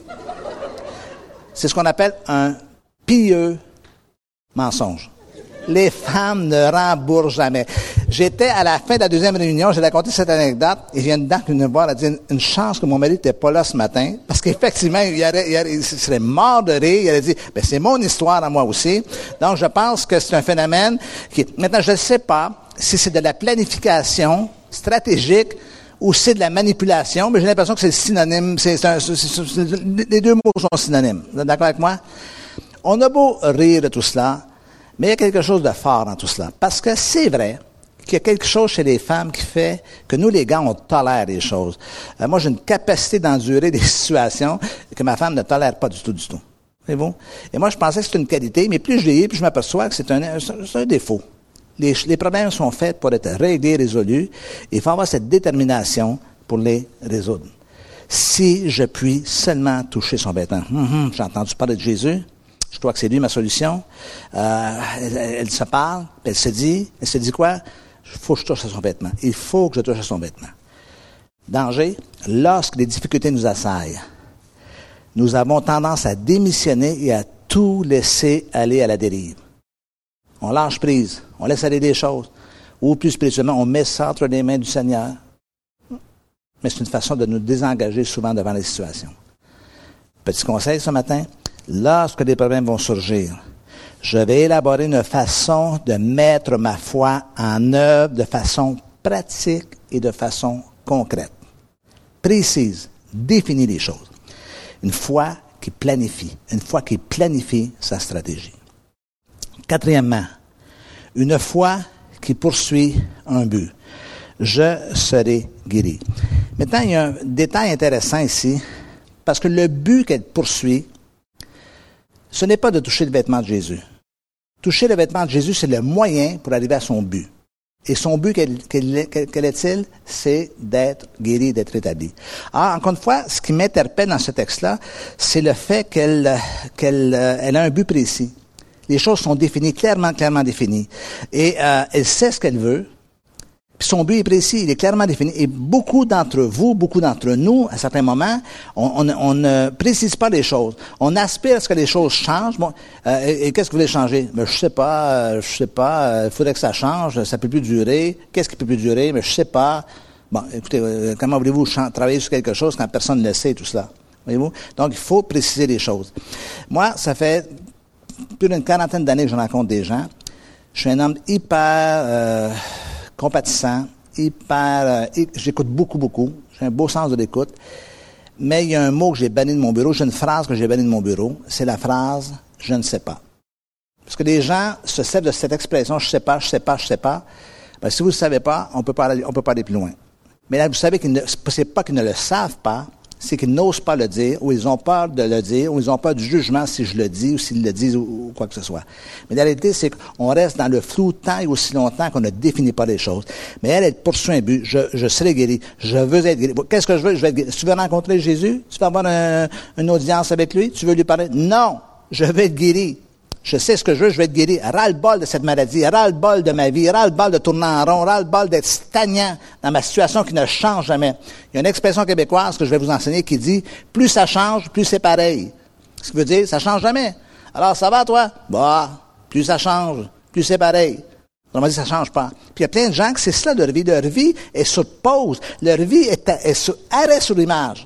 C'est ce qu'on appelle un pieux mensonge. Les femmes ne remboursent jamais. J'étais à la fin de la deuxième réunion, j'ai raconté cette anecdote, et vient dedans qu'une voir, elle a dit, une chance que mon mari n'était pas là ce matin, parce qu'effectivement, il, aurait, il, aurait, il serait mort de rire, il aurait dit, ben, c'est mon histoire à moi aussi. Donc, je pense que c'est un phénomène qui, maintenant, je ne sais pas si c'est de la planification stratégique ou c'est de la manipulation, mais j'ai l'impression que c'est synonyme, c'est, c'est un, c'est, c'est, c'est, les deux mots sont synonymes. Vous êtes d'accord avec moi? On a beau rire de tout cela, mais il y a quelque chose de fort dans tout cela. Parce que c'est vrai qu'il y a quelque chose chez les femmes qui fait que nous, les gars, on tolère les choses. Euh, moi, j'ai une capacité d'endurer des situations que ma femme ne tolère pas du tout, du tout. C'est bon? Et moi, je pensais que c'était une qualité, mais plus je vieillis, plus je m'aperçois que c'est un, c'est un défaut. Les, les problèmes sont faits pour être réglés, résolus. Il faut avoir cette détermination pour les résoudre. Si je puis seulement toucher son vêtement. Hum, hum, j'ai entendu parler de Jésus. Je crois que c'est lui ma solution. Euh, elle, elle se parle, elle se dit, elle se dit quoi? Il faut que je touche à son vêtement. Il faut que je touche à son vêtement. Danger, lorsque les difficultés nous assaillent, nous avons tendance à démissionner et à tout laisser aller à la dérive. On lâche prise, on laisse aller des choses. Ou plus spirituellement, on met ça entre les mains du Seigneur. Mais c'est une façon de nous désengager souvent devant les situations. Petit conseil ce matin, lorsque des problèmes vont surgir, je vais élaborer une façon de mettre ma foi en œuvre de façon pratique et de façon concrète. Précise, définit les choses. Une foi qui planifie, une foi qui planifie sa stratégie. Quatrièmement, une foi qui poursuit un but. Je serai guéri. Maintenant, il y a un détail intéressant ici, parce que le but qu'elle poursuit, ce n'est pas de toucher le vêtement de Jésus. Toucher le vêtement de Jésus, c'est le moyen pour arriver à son but. Et son but, quel, quel, quel est-il? C'est d'être guéri, d'être rétabli. Alors, encore une fois, ce qui m'interpelle dans ce texte-là, c'est le fait qu'elle, qu'elle elle a un but précis. Les choses sont définies, clairement, clairement définies. Et euh, elle sait ce qu'elle veut. Puis son but est précis, il est clairement défini. Et beaucoup d'entre vous, beaucoup d'entre nous, à certains moments, on, on, on ne précise pas les choses. On aspire à ce que les choses changent. Bon, euh, et, et qu'est-ce que vous voulez changer? Mais je sais pas, euh, je sais pas. Il euh, faudrait que ça change. Ça peut plus durer. Qu'est-ce qui peut plus durer? Mais je sais pas. Bon, écoutez, euh, comment voulez-vous ch- travailler sur quelque chose quand personne ne le sait, tout cela? Voyez-vous? Donc, il faut préciser les choses. Moi, ça fait plus d'une quarantaine d'années que je rencontre des gens. Je suis un homme hyper euh, compatissant, hyper... Euh, j'écoute beaucoup, beaucoup. J'ai un beau sens de l'écoute. Mais il y a un mot que j'ai banni de mon bureau, j'ai une phrase que j'ai bannie de mon bureau, c'est la phrase « je ne sais pas ». Parce que les gens se servent de cette expression « je sais pas, je sais pas, je sais pas ». Ben, si vous ne le savez pas, on peut pas aller, on peut pas aller plus loin. Mais là, vous savez que ce n'est pas qu'ils ne le savent pas, c'est qu'ils n'osent pas le dire, ou ils ont peur de le dire, ou ils ont peur du jugement si je le dis, ou s'ils le disent, ou, ou quoi que ce soit. Mais la réalité, c'est qu'on reste dans le flou tant et aussi longtemps qu'on ne définit pas les choses. Mais elle, elle poursuit un but. Je, je serai guéri. Je veux être guéri. Qu'est-ce que je veux? Je veux être guéri. Tu veux rencontrer Jésus? Tu veux avoir un, une audience avec lui? Tu veux lui parler? Non! Je veux être guéri. Je sais ce que je veux, je vais être guéri. Ras-le-bol de cette maladie, ras-le-bol de ma vie, ras-le-bol de tourner en rond, ras-le-bol d'être stagnant dans ma situation qui ne change jamais. Il y a une expression québécoise que je vais vous enseigner qui dit « plus ça change, plus c'est pareil ». Ce qui veut dire « ça change jamais ». Alors, ça va, toi? Bah, plus ça change, plus c'est pareil. On m'a dit, ça change pas. Puis il y a plein de gens que c'est cela leur vie. Leur vie est sur pause. Leur vie est, à, est sur arrêt sur l'image.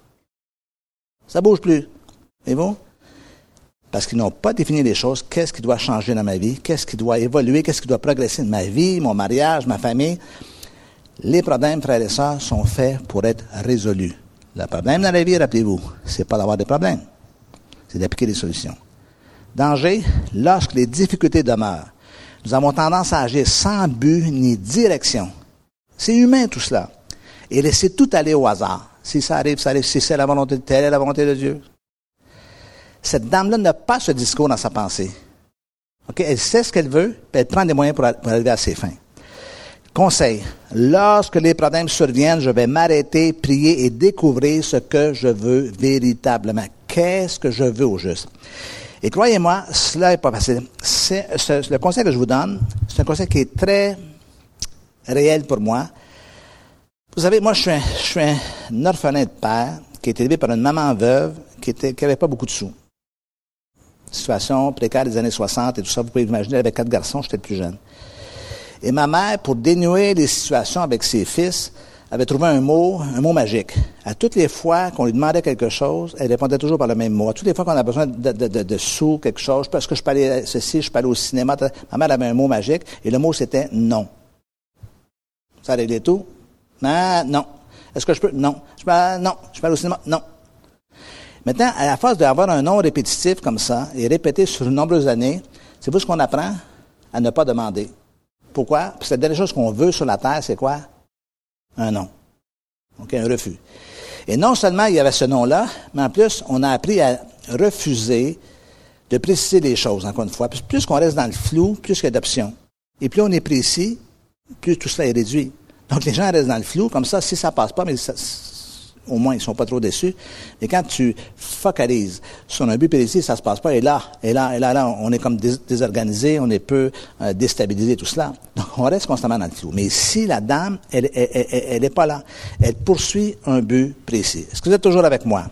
Ça bouge plus. Et vous? Parce qu'ils n'ont pas défini les choses. Qu'est-ce qui doit changer dans ma vie? Qu'est-ce qui doit évoluer? Qu'est-ce qui doit progresser dans ma vie, mon mariage, ma famille? Les problèmes, frères et sœurs, sont faits pour être résolus. Le problème dans la vie, rappelez-vous, c'est pas d'avoir des problèmes. C'est d'appliquer des solutions. Danger, lorsque les difficultés demeurent. Nous avons tendance à agir sans but ni direction. C'est humain tout cela. Et laisser tout aller au hasard. Si ça arrive, ça arrive. Si c'est la volonté de telle est la volonté de Dieu. Cette dame-là n'a pas ce discours dans sa pensée. Okay? Elle sait ce qu'elle veut, puis elle prend des moyens pour, pour arriver à ses fins. Conseil. Lorsque les problèmes surviennent, je vais m'arrêter, prier et découvrir ce que je veux véritablement. Qu'est-ce que je veux au juste? Et croyez-moi, cela n'est pas facile. C'est, ce, le conseil que je vous donne, c'est un conseil qui est très réel pour moi. Vous savez, moi, je suis un, je suis un orphelin de père qui a été élevé par une maman veuve qui était, qui avait pas beaucoup de sous. Situation précaire des années soixante et tout ça. Vous pouvez imaginer, elle avait quatre garçons, j'étais le plus jeune. Et ma mère, pour dénouer les situations avec ses fils, avait trouvé un mot, un mot magique. À toutes les fois qu'on lui demandait quelque chose, elle répondait toujours par le même mot. À toutes les fois qu'on a besoin de, de, de, de sous, quelque chose, parce que je peux aller ceci, je peux aller au cinéma, ma mère avait un mot magique, et le mot c'était non. Ça réglait tout? Non, non. Est-ce que je peux? Non. Je peux, non. Je peux aller au cinéma? Non. Maintenant, à la force d'avoir un nom répétitif comme ça, et répété sur de nombreuses années, c'est vous ce qu'on apprend? À ne pas demander. Pourquoi? Parce que la dernière chose qu'on veut sur la terre, c'est quoi? Un non. OK, un refus. Et non seulement il y avait ce nom-là, mais en plus, on a appris à refuser de préciser les choses, encore une fois. Plus, plus qu'on reste dans le flou, plus qu'il y a d'options. Et plus on est précis, plus tout cela est réduit. Donc, les gens restent dans le flou, comme ça, si ça passe pas, mais ça, au moins, ils sont pas trop déçus. Mais quand tu focalises sur un but précis, ça se passe pas, et là, et là, et là, là, on est comme dés- désorganisé, on est peu euh, déstabilisé, tout cela. Donc, on reste constamment dans le flou. Mais ici, la dame, elle, elle, elle, elle est pas là. Elle poursuit un but précis. Est-ce que vous êtes toujours avec moi?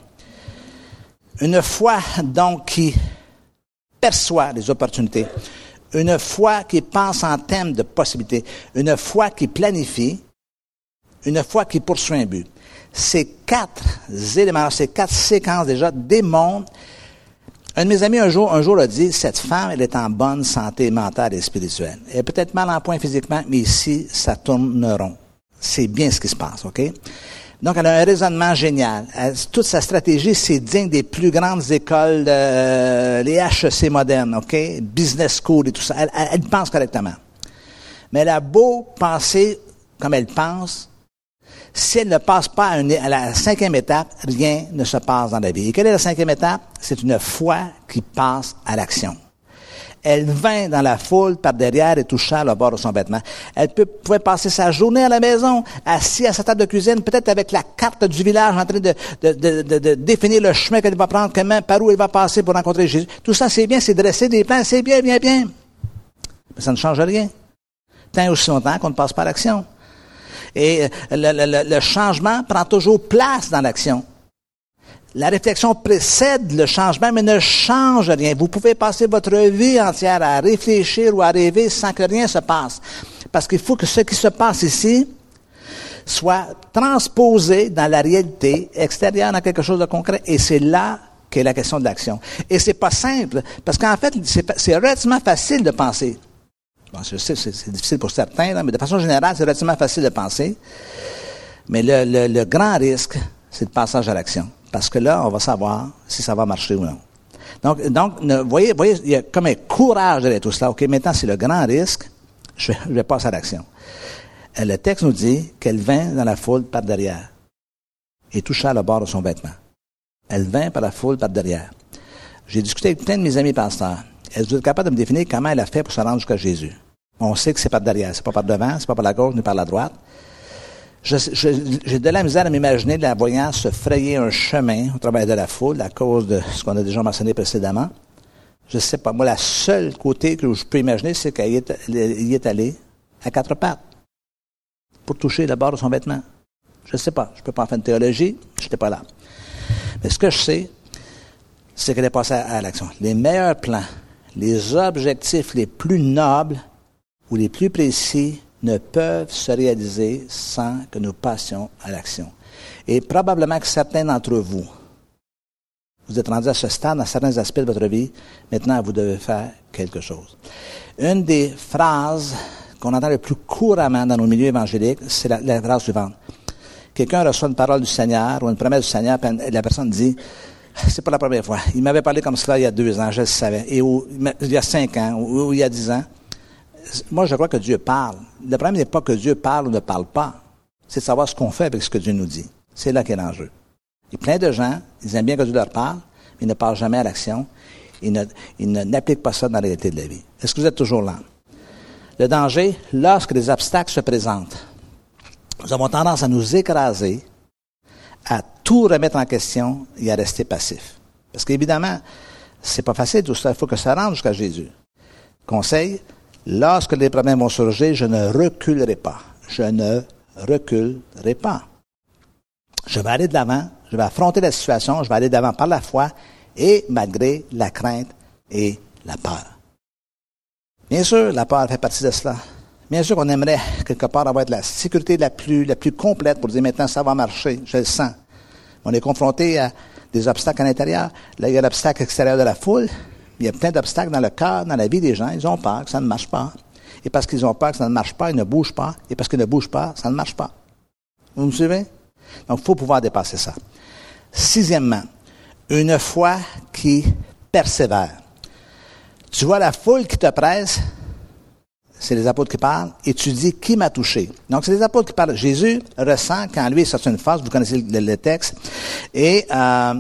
Une foi, donc, qui perçoit les opportunités. Une foi qui pense en termes de possibilités. Une foi qui planifie. Une foi qui poursuit un but. Ces quatre éléments, ces quatre séquences déjà démontrent. Un de mes amis un jour, un jour a dit, cette femme, elle est en bonne santé mentale et spirituelle. Elle est peut-être mal en point physiquement, mais ici, ça tourne rond. C'est bien ce qui se passe, OK? Donc, elle a un raisonnement génial. Elle, toute sa stratégie, c'est digne des plus grandes écoles, euh, les H E C modernes, OK? Business school et tout ça. Elle, elle, elle pense correctement. Mais elle a beau penser comme elle pense, si elle ne passe pas à, une, à la cinquième étape, rien ne se passe dans la vie. Et quelle est la cinquième étape? C'est une foi qui passe à l'action. Elle vint dans la foule par derrière et toucha le bord de son vêtement. Elle peut, pouvait passer sa journée à la maison, assise à sa table de cuisine, peut-être avec la carte du village en train de, de, de, de, de définir le chemin qu'elle va prendre, comment, par où elle va passer pour rencontrer Jésus. Tout ça, c'est bien, c'est dresser des plans, c'est bien, bien, bien. Mais ça ne change rien. Tant et aussi longtemps qu'on ne passe pas à l'action. Et le, le, le changement prend toujours place dans l'action. La réflexion précède le changement, mais ne change rien. Vous pouvez passer votre vie entière à réfléchir ou à rêver sans que rien se passe. Parce qu'il faut que ce qui se passe ici soit transposé dans la réalité extérieure, dans quelque chose de concret. Et c'est là qu'est la question de l'action. Et c'est pas simple, parce qu'en fait, c'est, c'est relativement facile de penser. Bon, je sais, c'est, c'est difficile pour certains, là, mais de façon générale, c'est relativement facile de penser. Mais le, le, le grand risque, c'est le passage à l'action. Parce que là, on va savoir si ça va marcher ou non. Donc, donc, vous voyez, voyez, il y a comme un courage derrière tout cela. OK, maintenant, c'est le grand risque. Je vais, je vais passer à l'action. Et le texte nous dit qu'elle vint dans la foule par derrière. et toucha le bord de son vêtement. Elle vint par la foule par derrière. J'ai discuté avec plein de mes amis pasteurs. Est-ce que vous êtes capable de me définir comment elle a fait pour se rendre jusqu'à Jésus? On sait que c'est par derrière, c'est pas par devant, c'est pas par la gauche ni par la droite. Je, je, j'ai de la misère à m'imaginer la voyant se frayer un chemin au travers de la foule à cause de ce qu'on a déjà mentionné précédemment. Je sais pas. Moi, la seule côté que je peux imaginer, c'est qu'elle y est, y est allée à quatre pattes pour toucher le bord de son vêtement. Je sais pas. Je peux pas en faire une théologie. Je n'étais pas là. Mais ce que je sais, c'est qu'elle est passée à, à l'action. Les meilleurs plans, les objectifs les plus nobles ou les plus précis ne peuvent se réaliser sans que nous passions à l'action. Et probablement que certains d'entre vous, vous êtes rendus à ce stade dans certains aspects de votre vie, maintenant vous devez faire quelque chose. Une des phrases qu'on entend le plus couramment dans nos milieux évangéliques, c'est la, la phrase suivante. Quelqu'un reçoit une parole du Seigneur ou une promesse du Seigneur, et la personne dit, c'est pas la première fois. Il m'avait parlé comme cela il y a deux ans, je le savais, et ou, il y a cinq ans, ou, ou il y a dix ans. Moi, je crois que Dieu parle. Le problème n'est pas que Dieu parle ou ne parle pas. C'est de savoir ce qu'on fait avec ce que Dieu nous dit. C'est là qu'est l'enjeu. Il y a plein de gens, ils aiment bien que Dieu leur parle, mais ils ne parlent jamais à l'action. Ils, ne, ils ne, n'appliquent pas ça dans la réalité de la vie. Est-ce que vous êtes toujours là? Le danger, lorsque les obstacles se présentent, nous avons tendance à nous écraser, à tout remettre en question et à rester passif. Parce qu'évidemment, c'est pas facile tout ça. Il faut que ça rentre jusqu'à Jésus. Conseil, lorsque les problèmes vont surgir, je ne reculerai pas. Je ne reculerai pas. Je vais aller de l'avant, je vais affronter la situation, je vais aller de l'avant par la foi et malgré la crainte et la peur. Bien sûr, la peur fait partie de cela. Bien sûr qu'on aimerait quelque part avoir la sécurité la plus, la plus complète pour dire maintenant ça va marcher, je le sens. On est confronté à des obstacles à l'intérieur. Là, il y a l'obstacle extérieur de la foule. Il y a plein d'obstacles dans le cœur, dans la vie des gens. Ils ont peur que ça ne marche pas. Et parce qu'ils ont peur que ça ne marche pas, ils ne bougent pas. Et parce qu'ils ne bougent pas, ça ne marche pas. Vous me suivez? Donc, il faut pouvoir dépasser ça. Sixièmement, une foi qui persévère. Tu vois la foule qui te presse, c'est les apôtres qui parlent, et tu dis, qui m'a touché? Donc, c'est les apôtres qui parlent. Jésus ressent, quand lui est sorti une phase, vous connaissez le, le texte, et... Euh,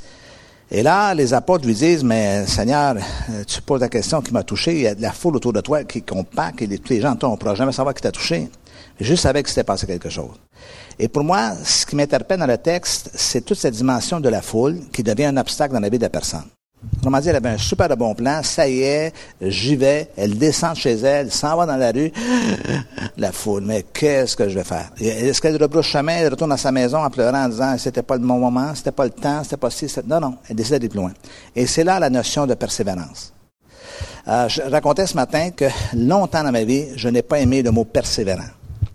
Et là, les apôtres lui disent, mais Seigneur, tu poses la question qui m'a touché, il y a de la foule autour de toi qui compacte, et les, tous les gens, toi, on ne pourra jamais savoir qui t'a touché. Je savais que s'était passé quelque chose. Et pour moi, ce qui m'interpelle dans le texte, c'est toute cette dimension de la foule qui devient un obstacle dans la vie de la personne. Autrement dit, elle avait un super de bon plan, ça y est, j'y vais, elle descend chez elle, s'en va dans la rue, la foule, mais qu'est-ce que je vais faire? Est-ce qu'elle rebrousse chemin, elle retourne dans sa maison en pleurant, en disant, c'était pas le bon moment, c'était pas le temps, c'était pas ci, c'était... Non, non, elle décide d'aller plus loin. Et c'est là la notion de persévérance. Euh, je racontais ce matin que longtemps dans ma vie, je n'ai pas aimé le mot persévérant.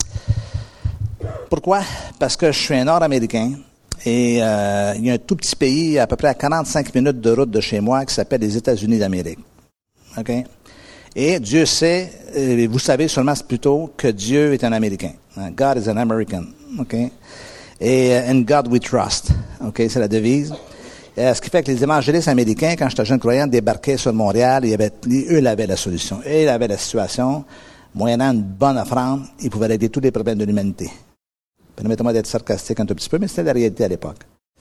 Pourquoi? Parce que je suis un Nord-Américain, et euh, il y a un tout petit pays, à peu près à quarante-cinq minutes de route de chez moi, qui s'appelle les États-Unis d'Amérique. OK? Et Dieu sait, et vous savez sûrement plutôt que Dieu est un Américain. God is an American. OK? Et uh, in God we trust. OK? C'est la devise. Et, ce qui fait que les évangélistes américains, quand j'étais jeune croyant, débarquaient sur Montréal, il y avait, eux, ils avaient la solution. Eux, ils avaient la situation. Moyennant une bonne offrande, ils pouvaient régler tous les problèmes de l'humanité. Permettez-moi d'être sarcastique un tout petit peu, mais c'était la réalité à l'époque.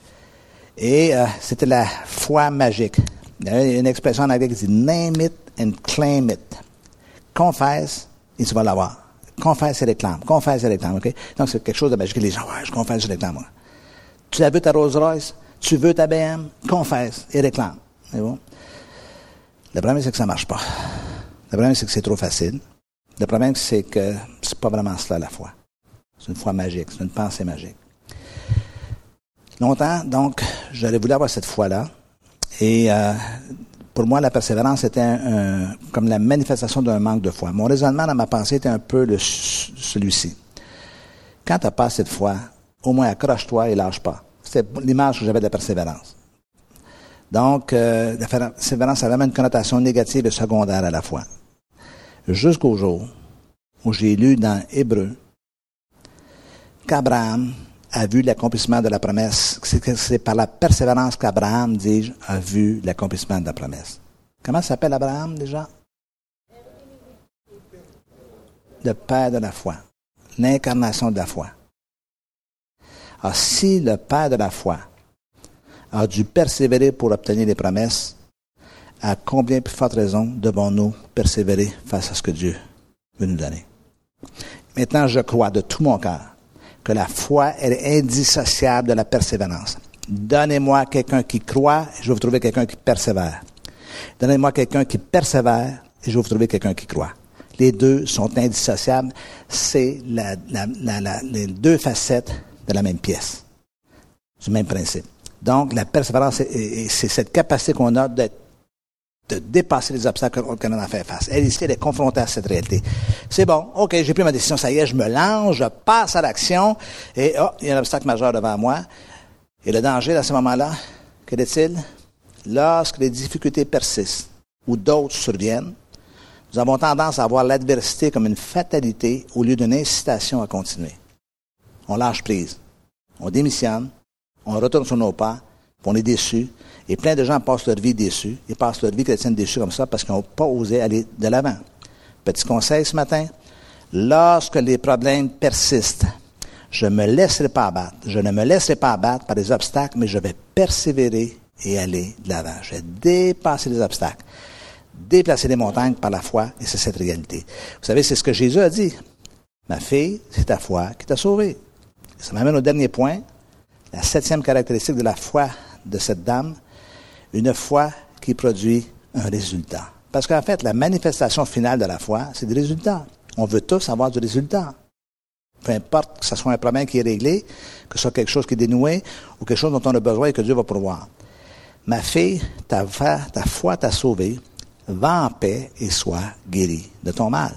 Et euh, c'était la foi magique. Il y a une expression en anglais qui dit « name it and claim it ». Confesse et tu vas l'avoir. Confesse et réclame. Confesse et réclame, OK? Donc, c'est quelque chose de magique. Les gens, ouais, je confesse, je réclame, moi. Tu la veux ta Rolls-Royce? Tu veux ta B M? Confesse et réclame. C'est bon? Le problème, c'est que ça marche pas. Le problème, c'est que c'est trop facile. Le problème, c'est que c'est pas vraiment cela, la foi. C'est une foi magique, c'est une pensée magique. Longtemps, donc, j'aurais voulu avoir cette foi-là. Et euh, pour moi, la persévérance était un, un, comme la manifestation d'un manque de foi. Mon raisonnement dans ma pensée était un peu le, celui-ci. Quand tu n'as pas assez de foi, au moins accroche-toi et lâche pas. C'était l'image que j'avais de la persévérance. Donc, euh, la persévérance a vraiment une connotation négative et secondaire à la foi. Jusqu'au jour où j'ai lu dans Hébreux qu'Abraham a vu l'accomplissement de la promesse. C'est, c'est par la persévérance qu'Abraham, dis-je, a vu l'accomplissement de la promesse. Comment s'appelle Abraham déjà? Le père de la foi. L'incarnation de la foi. Alors, si le père de la foi a dû persévérer pour obtenir les promesses, à combien plus forte raison devons-nous persévérer face à ce que Dieu veut nous donner? Maintenant, je crois de tout mon cœur que la foi elle est indissociable de la persévérance. Donnez-moi quelqu'un qui croit, et je vais vous trouver quelqu'un qui persévère. Donnez-moi quelqu'un qui persévère, et je vais vous trouver quelqu'un qui croit. Les deux sont indissociables. C'est la, la, la, la, les deux facettes de la même pièce, du même principe. Donc, la persévérance, c'est, c'est cette capacité qu'on a d'être de dépasser les obstacles auxquels on a fait face. Elle, ici, elle est confrontée à cette réalité. C'est bon, OK, j'ai pris ma décision, ça y est, je me lance, je passe à l'action, et oh, il y a un obstacle majeur devant moi. Et le danger, à ce moment-là, quel est-il? Lorsque les difficultés persistent, ou d'autres surviennent, nous avons tendance à voir l'adversité comme une fatalité au lieu d'une incitation à continuer. On lâche prise, on démissionne, on retourne sur nos pas, on est déçus, et plein de gens passent leur vie déçus. Ils passent leur vie chrétienne déçus comme ça parce qu'ils n'ont pas osé aller de l'avant. Petit conseil ce matin, lorsque les problèmes persistent, je ne me laisserai pas abattre. Je ne me laisserai pas abattre par les obstacles, mais je vais persévérer et aller de l'avant. Je vais dépasser les obstacles, déplacer les montagnes par la foi, et c'est cette réalité. Vous savez, c'est ce que Jésus a dit. Ma fille, c'est ta foi qui t'a sauvée. Ça m'amène au dernier point, la septième caractéristique de la foi de cette dame, une foi qui produit un résultat. Parce qu'en fait, la manifestation finale de la foi, c'est des résultats. On veut tous avoir du résultat. Peu importe que ce soit un problème qui est réglé, que ce soit quelque chose qui est dénoué, ou quelque chose dont on a besoin et que Dieu va pourvoir. Ma fille, ta foi, ta foi t'a sauvée, va en paix et sois guérie de ton mal.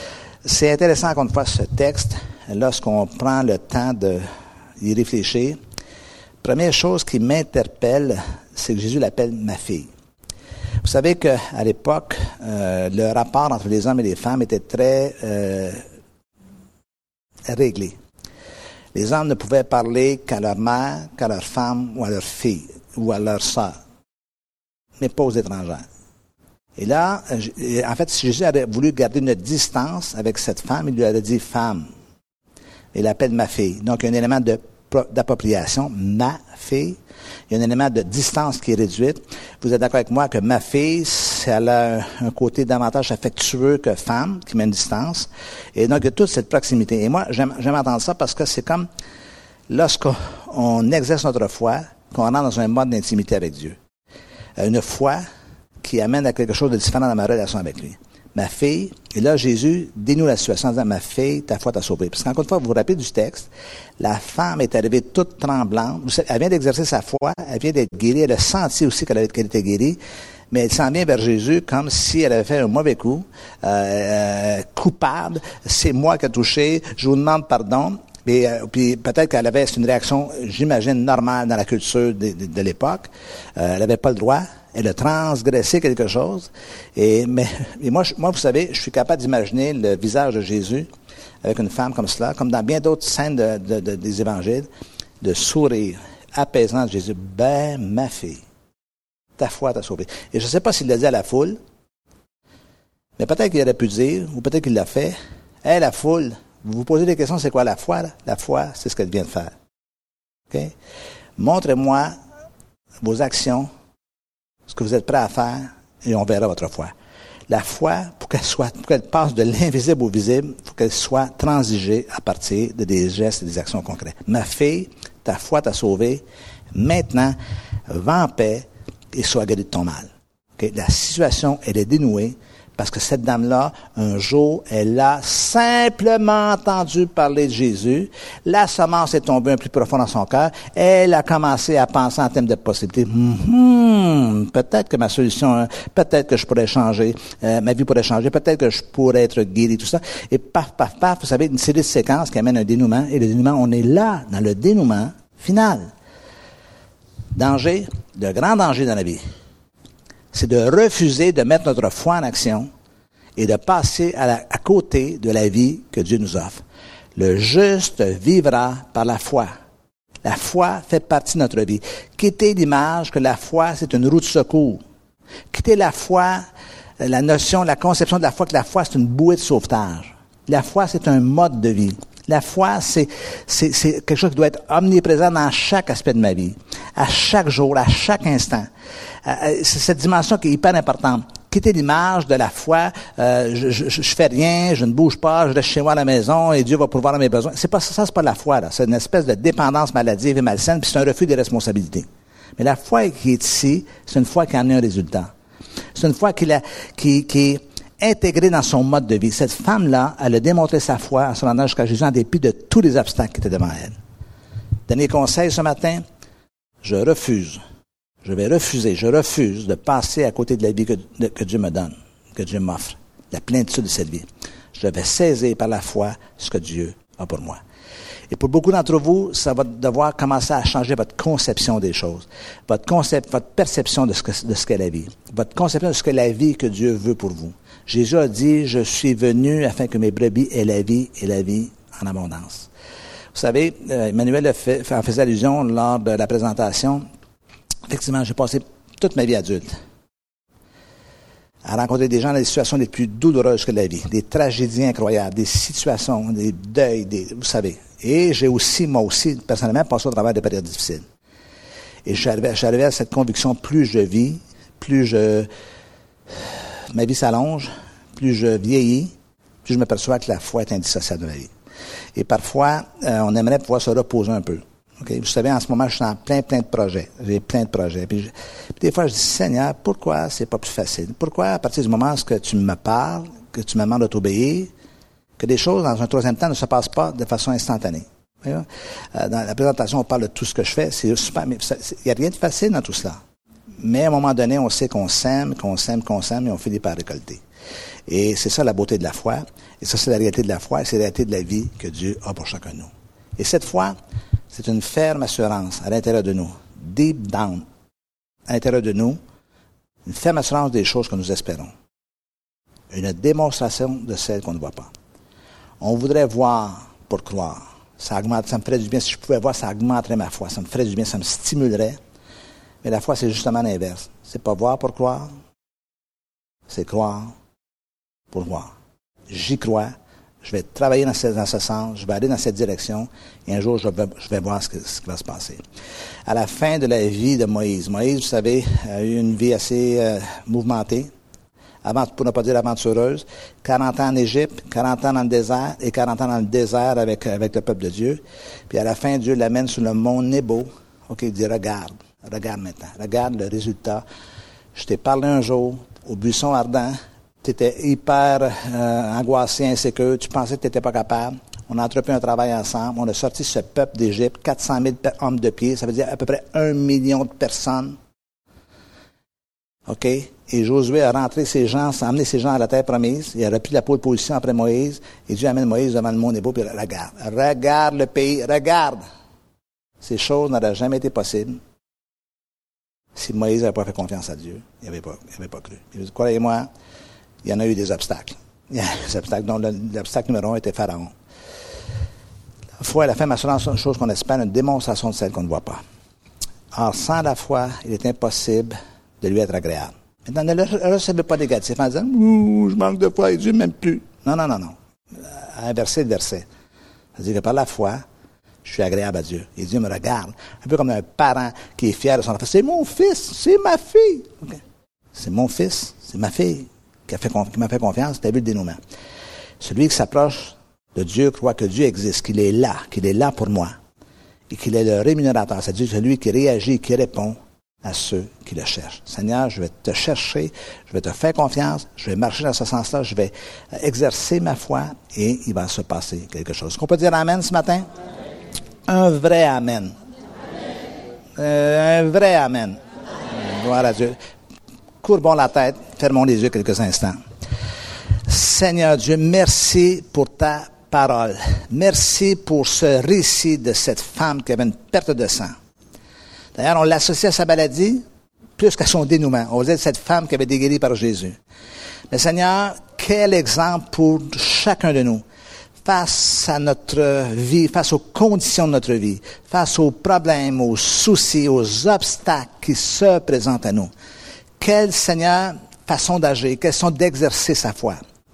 C'est intéressant qu'on fasse ce texte lorsqu'on prend le temps d'y réfléchir. Première chose qui m'interpelle, c'est que Jésus l'appelle ma fille. Vous savez qu'à l'époque, euh, le rapport entre les hommes et les femmes était très euh, réglé. Les hommes ne pouvaient parler qu'à leur mère, qu'à leur femme ou à leur fille ou à leur sœur, mais pas aux étrangères. Et là, en fait, si Jésus avait voulu garder une distance avec cette femme, il lui aurait dit « femme ». Il l'appelle ma fille. Donc, il y a un élément de d'appropriation, ma fille. Il y a un élément de distance qui est réduite. Vous êtes d'accord avec moi que ma fille, elle a un côté davantage affectueux que femme, qui met une distance. Et donc, il y a toute cette proximité. Et moi, j'aime, j'aime entendre ça parce que c'est comme lorsqu'on exerce notre foi, qu'on rentre dans un mode d'intimité avec Dieu. Une foi qui amène à quelque chose de différent dans ma relation avec lui. Ma fille, et là, Jésus dénoue la situation en disant, ma fille, ta foi t'a sauvée. Parce qu'encore une fois, vous vous rappelez du texte, la femme est arrivée toute tremblante. Elle vient d'exercer sa foi, elle vient d'être guérie, elle a senti aussi qu'elle, avait, qu'elle était guérie, mais elle s'en vient vers Jésus comme si elle avait fait un mauvais coup, euh, coupable, c'est moi qui ai touché, je vous demande pardon. Et euh, puis peut-être qu'elle avait, c'est une réaction, j'imagine, normale dans la culture de, de, de l'époque. Euh, elle n'avait pas le droit. Elle a transgressé quelque chose. Et, mais, et moi, je, moi, vous savez, je suis capable d'imaginer le visage de Jésus avec une femme comme cela, comme dans bien d'autres scènes de, de, de, des évangiles, de sourire apaisant de Jésus. Ben, ma fille, ta foi t'a sauvée. Et je ne sais pas s'il l'a dit à la foule, mais peut-être qu'il aurait pu dire, ou peut-être qu'il l'a fait. Hé, hey, la foule, vous vous posez des questions, c'est quoi la foi, là? La foi, c'est ce qu'elle vient de faire. OK? Montrez-moi vos actions, ce que vous êtes prêt à faire, et on verra votre foi. La foi, pour qu'elle soit, pour qu'elle passe de l'invisible au visible, il faut qu'elle soit transigée à partir de des gestes et des actions concrètes. Ma fille, ta foi t'a sauvée. Maintenant, va en paix et sois guérie de ton mal. Okay? La situation, elle est dénouée parce que cette dame-là, un jour, elle a simplement entendu parler de Jésus. La semence est tombée un peu plus profond dans son cœur. Elle a commencé à penser en termes de possibilités. Mm-hmm, peut-être que ma solution, peut-être que je pourrais changer, euh, ma vie pourrait changer, peut-être que je pourrais être guéri, tout ça. Et paf, paf, paf, vous savez, une série de séquences qui amène un dénouement. Et le dénouement, on est là, dans le dénouement final. Danger, de grands dangers dans la vie. C'est de refuser de mettre notre foi en action et de passer à, la, à côté de la vie que Dieu nous offre. Le juste vivra par la foi. La foi fait partie de notre vie. Quittez l'image que la foi, c'est une roue de secours. Quittez la foi, la notion, la conception de la foi que la foi, c'est une bouée de sauvetage. La foi, c'est un mode de vie. La foi, c'est, c'est, c'est quelque chose qui doit être omniprésent dans chaque aspect de ma vie, à chaque jour, à chaque instant. Euh, c'est cette dimension qui est hyper importante. Quitter l'image de la foi, euh, je, je, je fais rien, je ne bouge pas, je reste chez moi à la maison et Dieu va pourvoir à mes besoins. C'est pas ça, ça c'est pas la foi, là. C'est une espèce de dépendance maladive et malsaine, puis c'est un refus des responsabilités. Mais la foi qui est ici, c'est une foi qui en a un résultat. C'est une foi qui, la, qui, qui est intégrée dans son mode de vie. Cette femme-là, elle a démontré sa foi en se rendant jusqu'à Jésus en dépit de tous les obstacles qui étaient devant elle. Dernier conseil ce matin, je refuse. Je vais refuser, je refuse de passer à côté de la vie que, de, que Dieu me donne, que Dieu m'offre, la plénitude de cette vie. Je vais saisir par la foi ce que Dieu a pour moi. Et pour beaucoup d'entre vous, ça va devoir commencer à changer votre conception des choses, votre concept, votre perception de ce que, de ce qu'est la vie, votre conception de ce qu'est la vie que Dieu veut pour vous. Jésus a dit, je suis venu afin que mes brebis aient la vie et la vie en abondance. Vous savez, euh, Emmanuel fait, en faisait allusion lors de la présentation. Effectivement, j'ai passé toute ma vie adulte à rencontrer des gens dans les situations les plus douloureuses que la vie, des tragédies incroyables, des situations, des deuils, des, vous savez. Et j'ai aussi, moi aussi, personnellement, passé au travers des périodes difficiles. Et je suis arrivé, je suis arrivé à cette conviction, plus je vis, plus je, ma vie s'allonge, plus je vieillis, plus je me perçois que la foi est indissociable de ma vie. Et parfois, euh, on aimerait pouvoir se reposer un peu. Okay? Vous savez, en ce moment, je suis en plein, plein de projets. J'ai plein de projets. Puis, je, puis des fois, je dis, Seigneur, pourquoi c'est pas plus facile? Pourquoi, à partir du moment où tu me parles, que tu me demandes de t'obéir, que des choses, dans un troisième temps, ne se passent pas de façon instantanée? Euh, dans la présentation, on parle de tout ce que je fais. C'est super, mais il n'y a rien de facile dans tout cela. Mais à un moment donné, on sait qu'on sème, qu'on sème, qu'on sème, et on finit par récolter. Et c'est ça la beauté de la foi. Et ça, c'est la réalité de la foi, et c'est la réalité de la vie que Dieu a pour chacun de nous. Et cette foi, c'est une ferme assurance à l'intérieur de nous, deep down, à l'intérieur de nous, une ferme assurance des choses que nous espérons. Une démonstration de celles qu'on ne voit pas. On voudrait voir pour croire. Ça augmente, ça me ferait du bien. Si je pouvais voir, ça augmenterait ma foi. Ça me ferait du bien, ça me stimulerait. Mais la foi, c'est justement l'inverse. C'est pas voir pour croire, c'est croire pour voir. J'y crois. Je vais travailler dans ce, dans ce sens, je vais aller dans cette direction, et un jour, je vais, je vais voir ce, que, ce qui va se passer. À la fin de la vie de Moïse, Moïse, vous savez, a eu une vie assez euh, mouvementée, avant, pour ne pas dire aventureuse, quarante ans en Égypte, quarante ans dans le désert, et quarante ans dans le désert avec, avec le peuple de Dieu. Puis à la fin, Dieu l'amène sur le mont Nebo. OK, il dit, regarde, regarde maintenant, regarde le résultat. Je t'ai parlé un jour, au buisson ardent, tu étais hyper euh, angoissé, insécure, tu pensais que tu n'étais pas capable. On a entrepris un travail ensemble. On a sorti ce peuple d'Égypte, quatre cent mille hommes de pied, ça veut dire à peu près un million de personnes. OK? Et Josué a rentré ces gens, a amené ces gens à la terre promise. Il a repris la pole position après Moïse. Et Dieu amène Moïse devant le mont Nebo, puis regarde. Regarde le pays, regarde. Ces choses n'auraient jamais été possibles si Moïse n'avait pas fait confiance à Dieu. Il n'avait pas, il avait pas cru. Il dit, croyez-moi, il y en a eu des obstacles. Il y a eu des obstacles, dont le, l'obstacle numéro un était Pharaon. La foi est la ferme assurance d'une chose qu'on espère, une démonstration de celle qu'on ne voit pas. Or, sans la foi, il est impossible de lui être agréable. Maintenant, ne le recevez pas négatif en disant « Ouh, je manque de foi et Dieu ne m'aime plus. » Non, non, non, non. Inverser le verset. C'est-à-dire que par la foi, je suis agréable à Dieu. Et Dieu me regarde. Un peu comme un parent qui est fier de son enfant. C'est mon fils, c'est ma fille. Okay. C'est mon fils, c'est ma fille qui, a fait, qui m'a fait confiance. Tu as vu le dénouement. Celui qui s'approche de Dieu croit que Dieu existe, qu'il est là, qu'il est là pour moi. Et qu'il est le rémunérateur. C'est-à-dire celui qui réagit, qui répond à ceux qui le cherchent. Seigneur, je vais te chercher, je vais te faire confiance, je vais marcher dans ce sens-là, je vais exercer ma foi et il va se passer quelque chose. Est-ce qu'on peut dire amen ce matin? Un vrai amen. Euh, un vrai amen. amen. Gloire à Dieu. Courbons la tête, fermons les yeux quelques instants. Seigneur Dieu, merci pour ta parole. Merci pour ce récit de cette femme qui avait une perte de sang. D'ailleurs, on l'associe à sa maladie plus qu'à son dénouement. On disait cette femme qui avait été guérie par Jésus. Mais Seigneur, quel exemple pour chacun de nous face à notre vie, face aux conditions de notre vie, face aux problèmes, aux soucis, aux obstacles qui se présentent à nous. Quelle, Seigneur, façon d'agir, quelle façon d'exercer sa foi.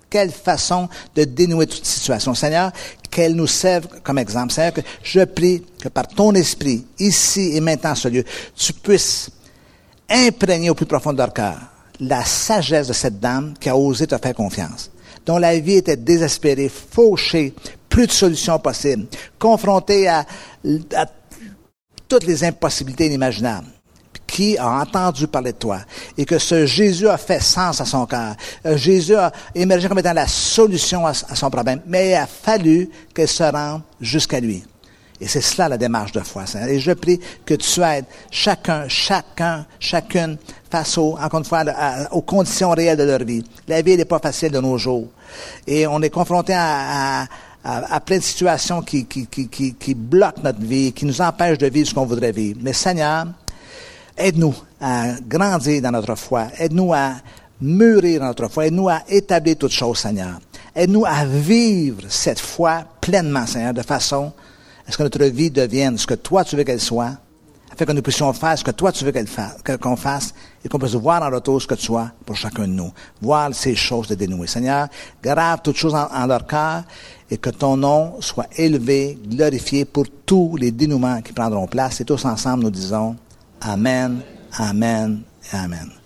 Quelle façon de dénouer toute situation. Seigneur, qu'elle nous serve comme exemple. Seigneur, que je prie que par ton esprit, ici et maintenant, ce lieu, tu puisses imprégner au plus profond de leur cœur la sagesse de cette dame qui a osé te faire confiance, dont la vie était désespérée, fauchée, plus de solutions possibles, confrontée à, à toutes les impossibilités inimaginables, qui a entendu parler de toi, et que ce Jésus a fait sens à son cœur. Euh, Jésus a émergé comme étant la solution à, à son problème, mais il a fallu qu'elle se rende jusqu'à lui. Et c'est cela la démarche de foi, Seigneur. Et je prie que tu aides chacun, chacun, chacune face aux, encore une fois, à, aux conditions réelles de leur vie. La vie n'est pas facile de nos jours. Et on est confronté à, à, à, à plein de situations qui, qui, qui, qui, qui bloquent notre vie, qui nous empêchent de vivre ce qu'on voudrait vivre. Mais Seigneur, aide-nous à grandir dans notre foi. Aide-nous à mûrir dans notre foi. Aide-nous à établir toutes choses, Seigneur. Aide-nous à vivre cette foi pleinement, Seigneur, de façon à ce que notre vie devienne ce que toi tu veux qu'elle soit, afin que nous puissions faire ce que toi tu veux qu'elle fasse, qu'on fasse, et qu'on puisse voir en retour ce que tu sois pour chacun de nous. Voir ces choses de dénouer. Seigneur, grave toutes choses en, en leur cœur, et que ton nom soit élevé, glorifié pour tous les dénouements qui prendront place. Et tous ensemble, nous disons Amen, Amen et Amen.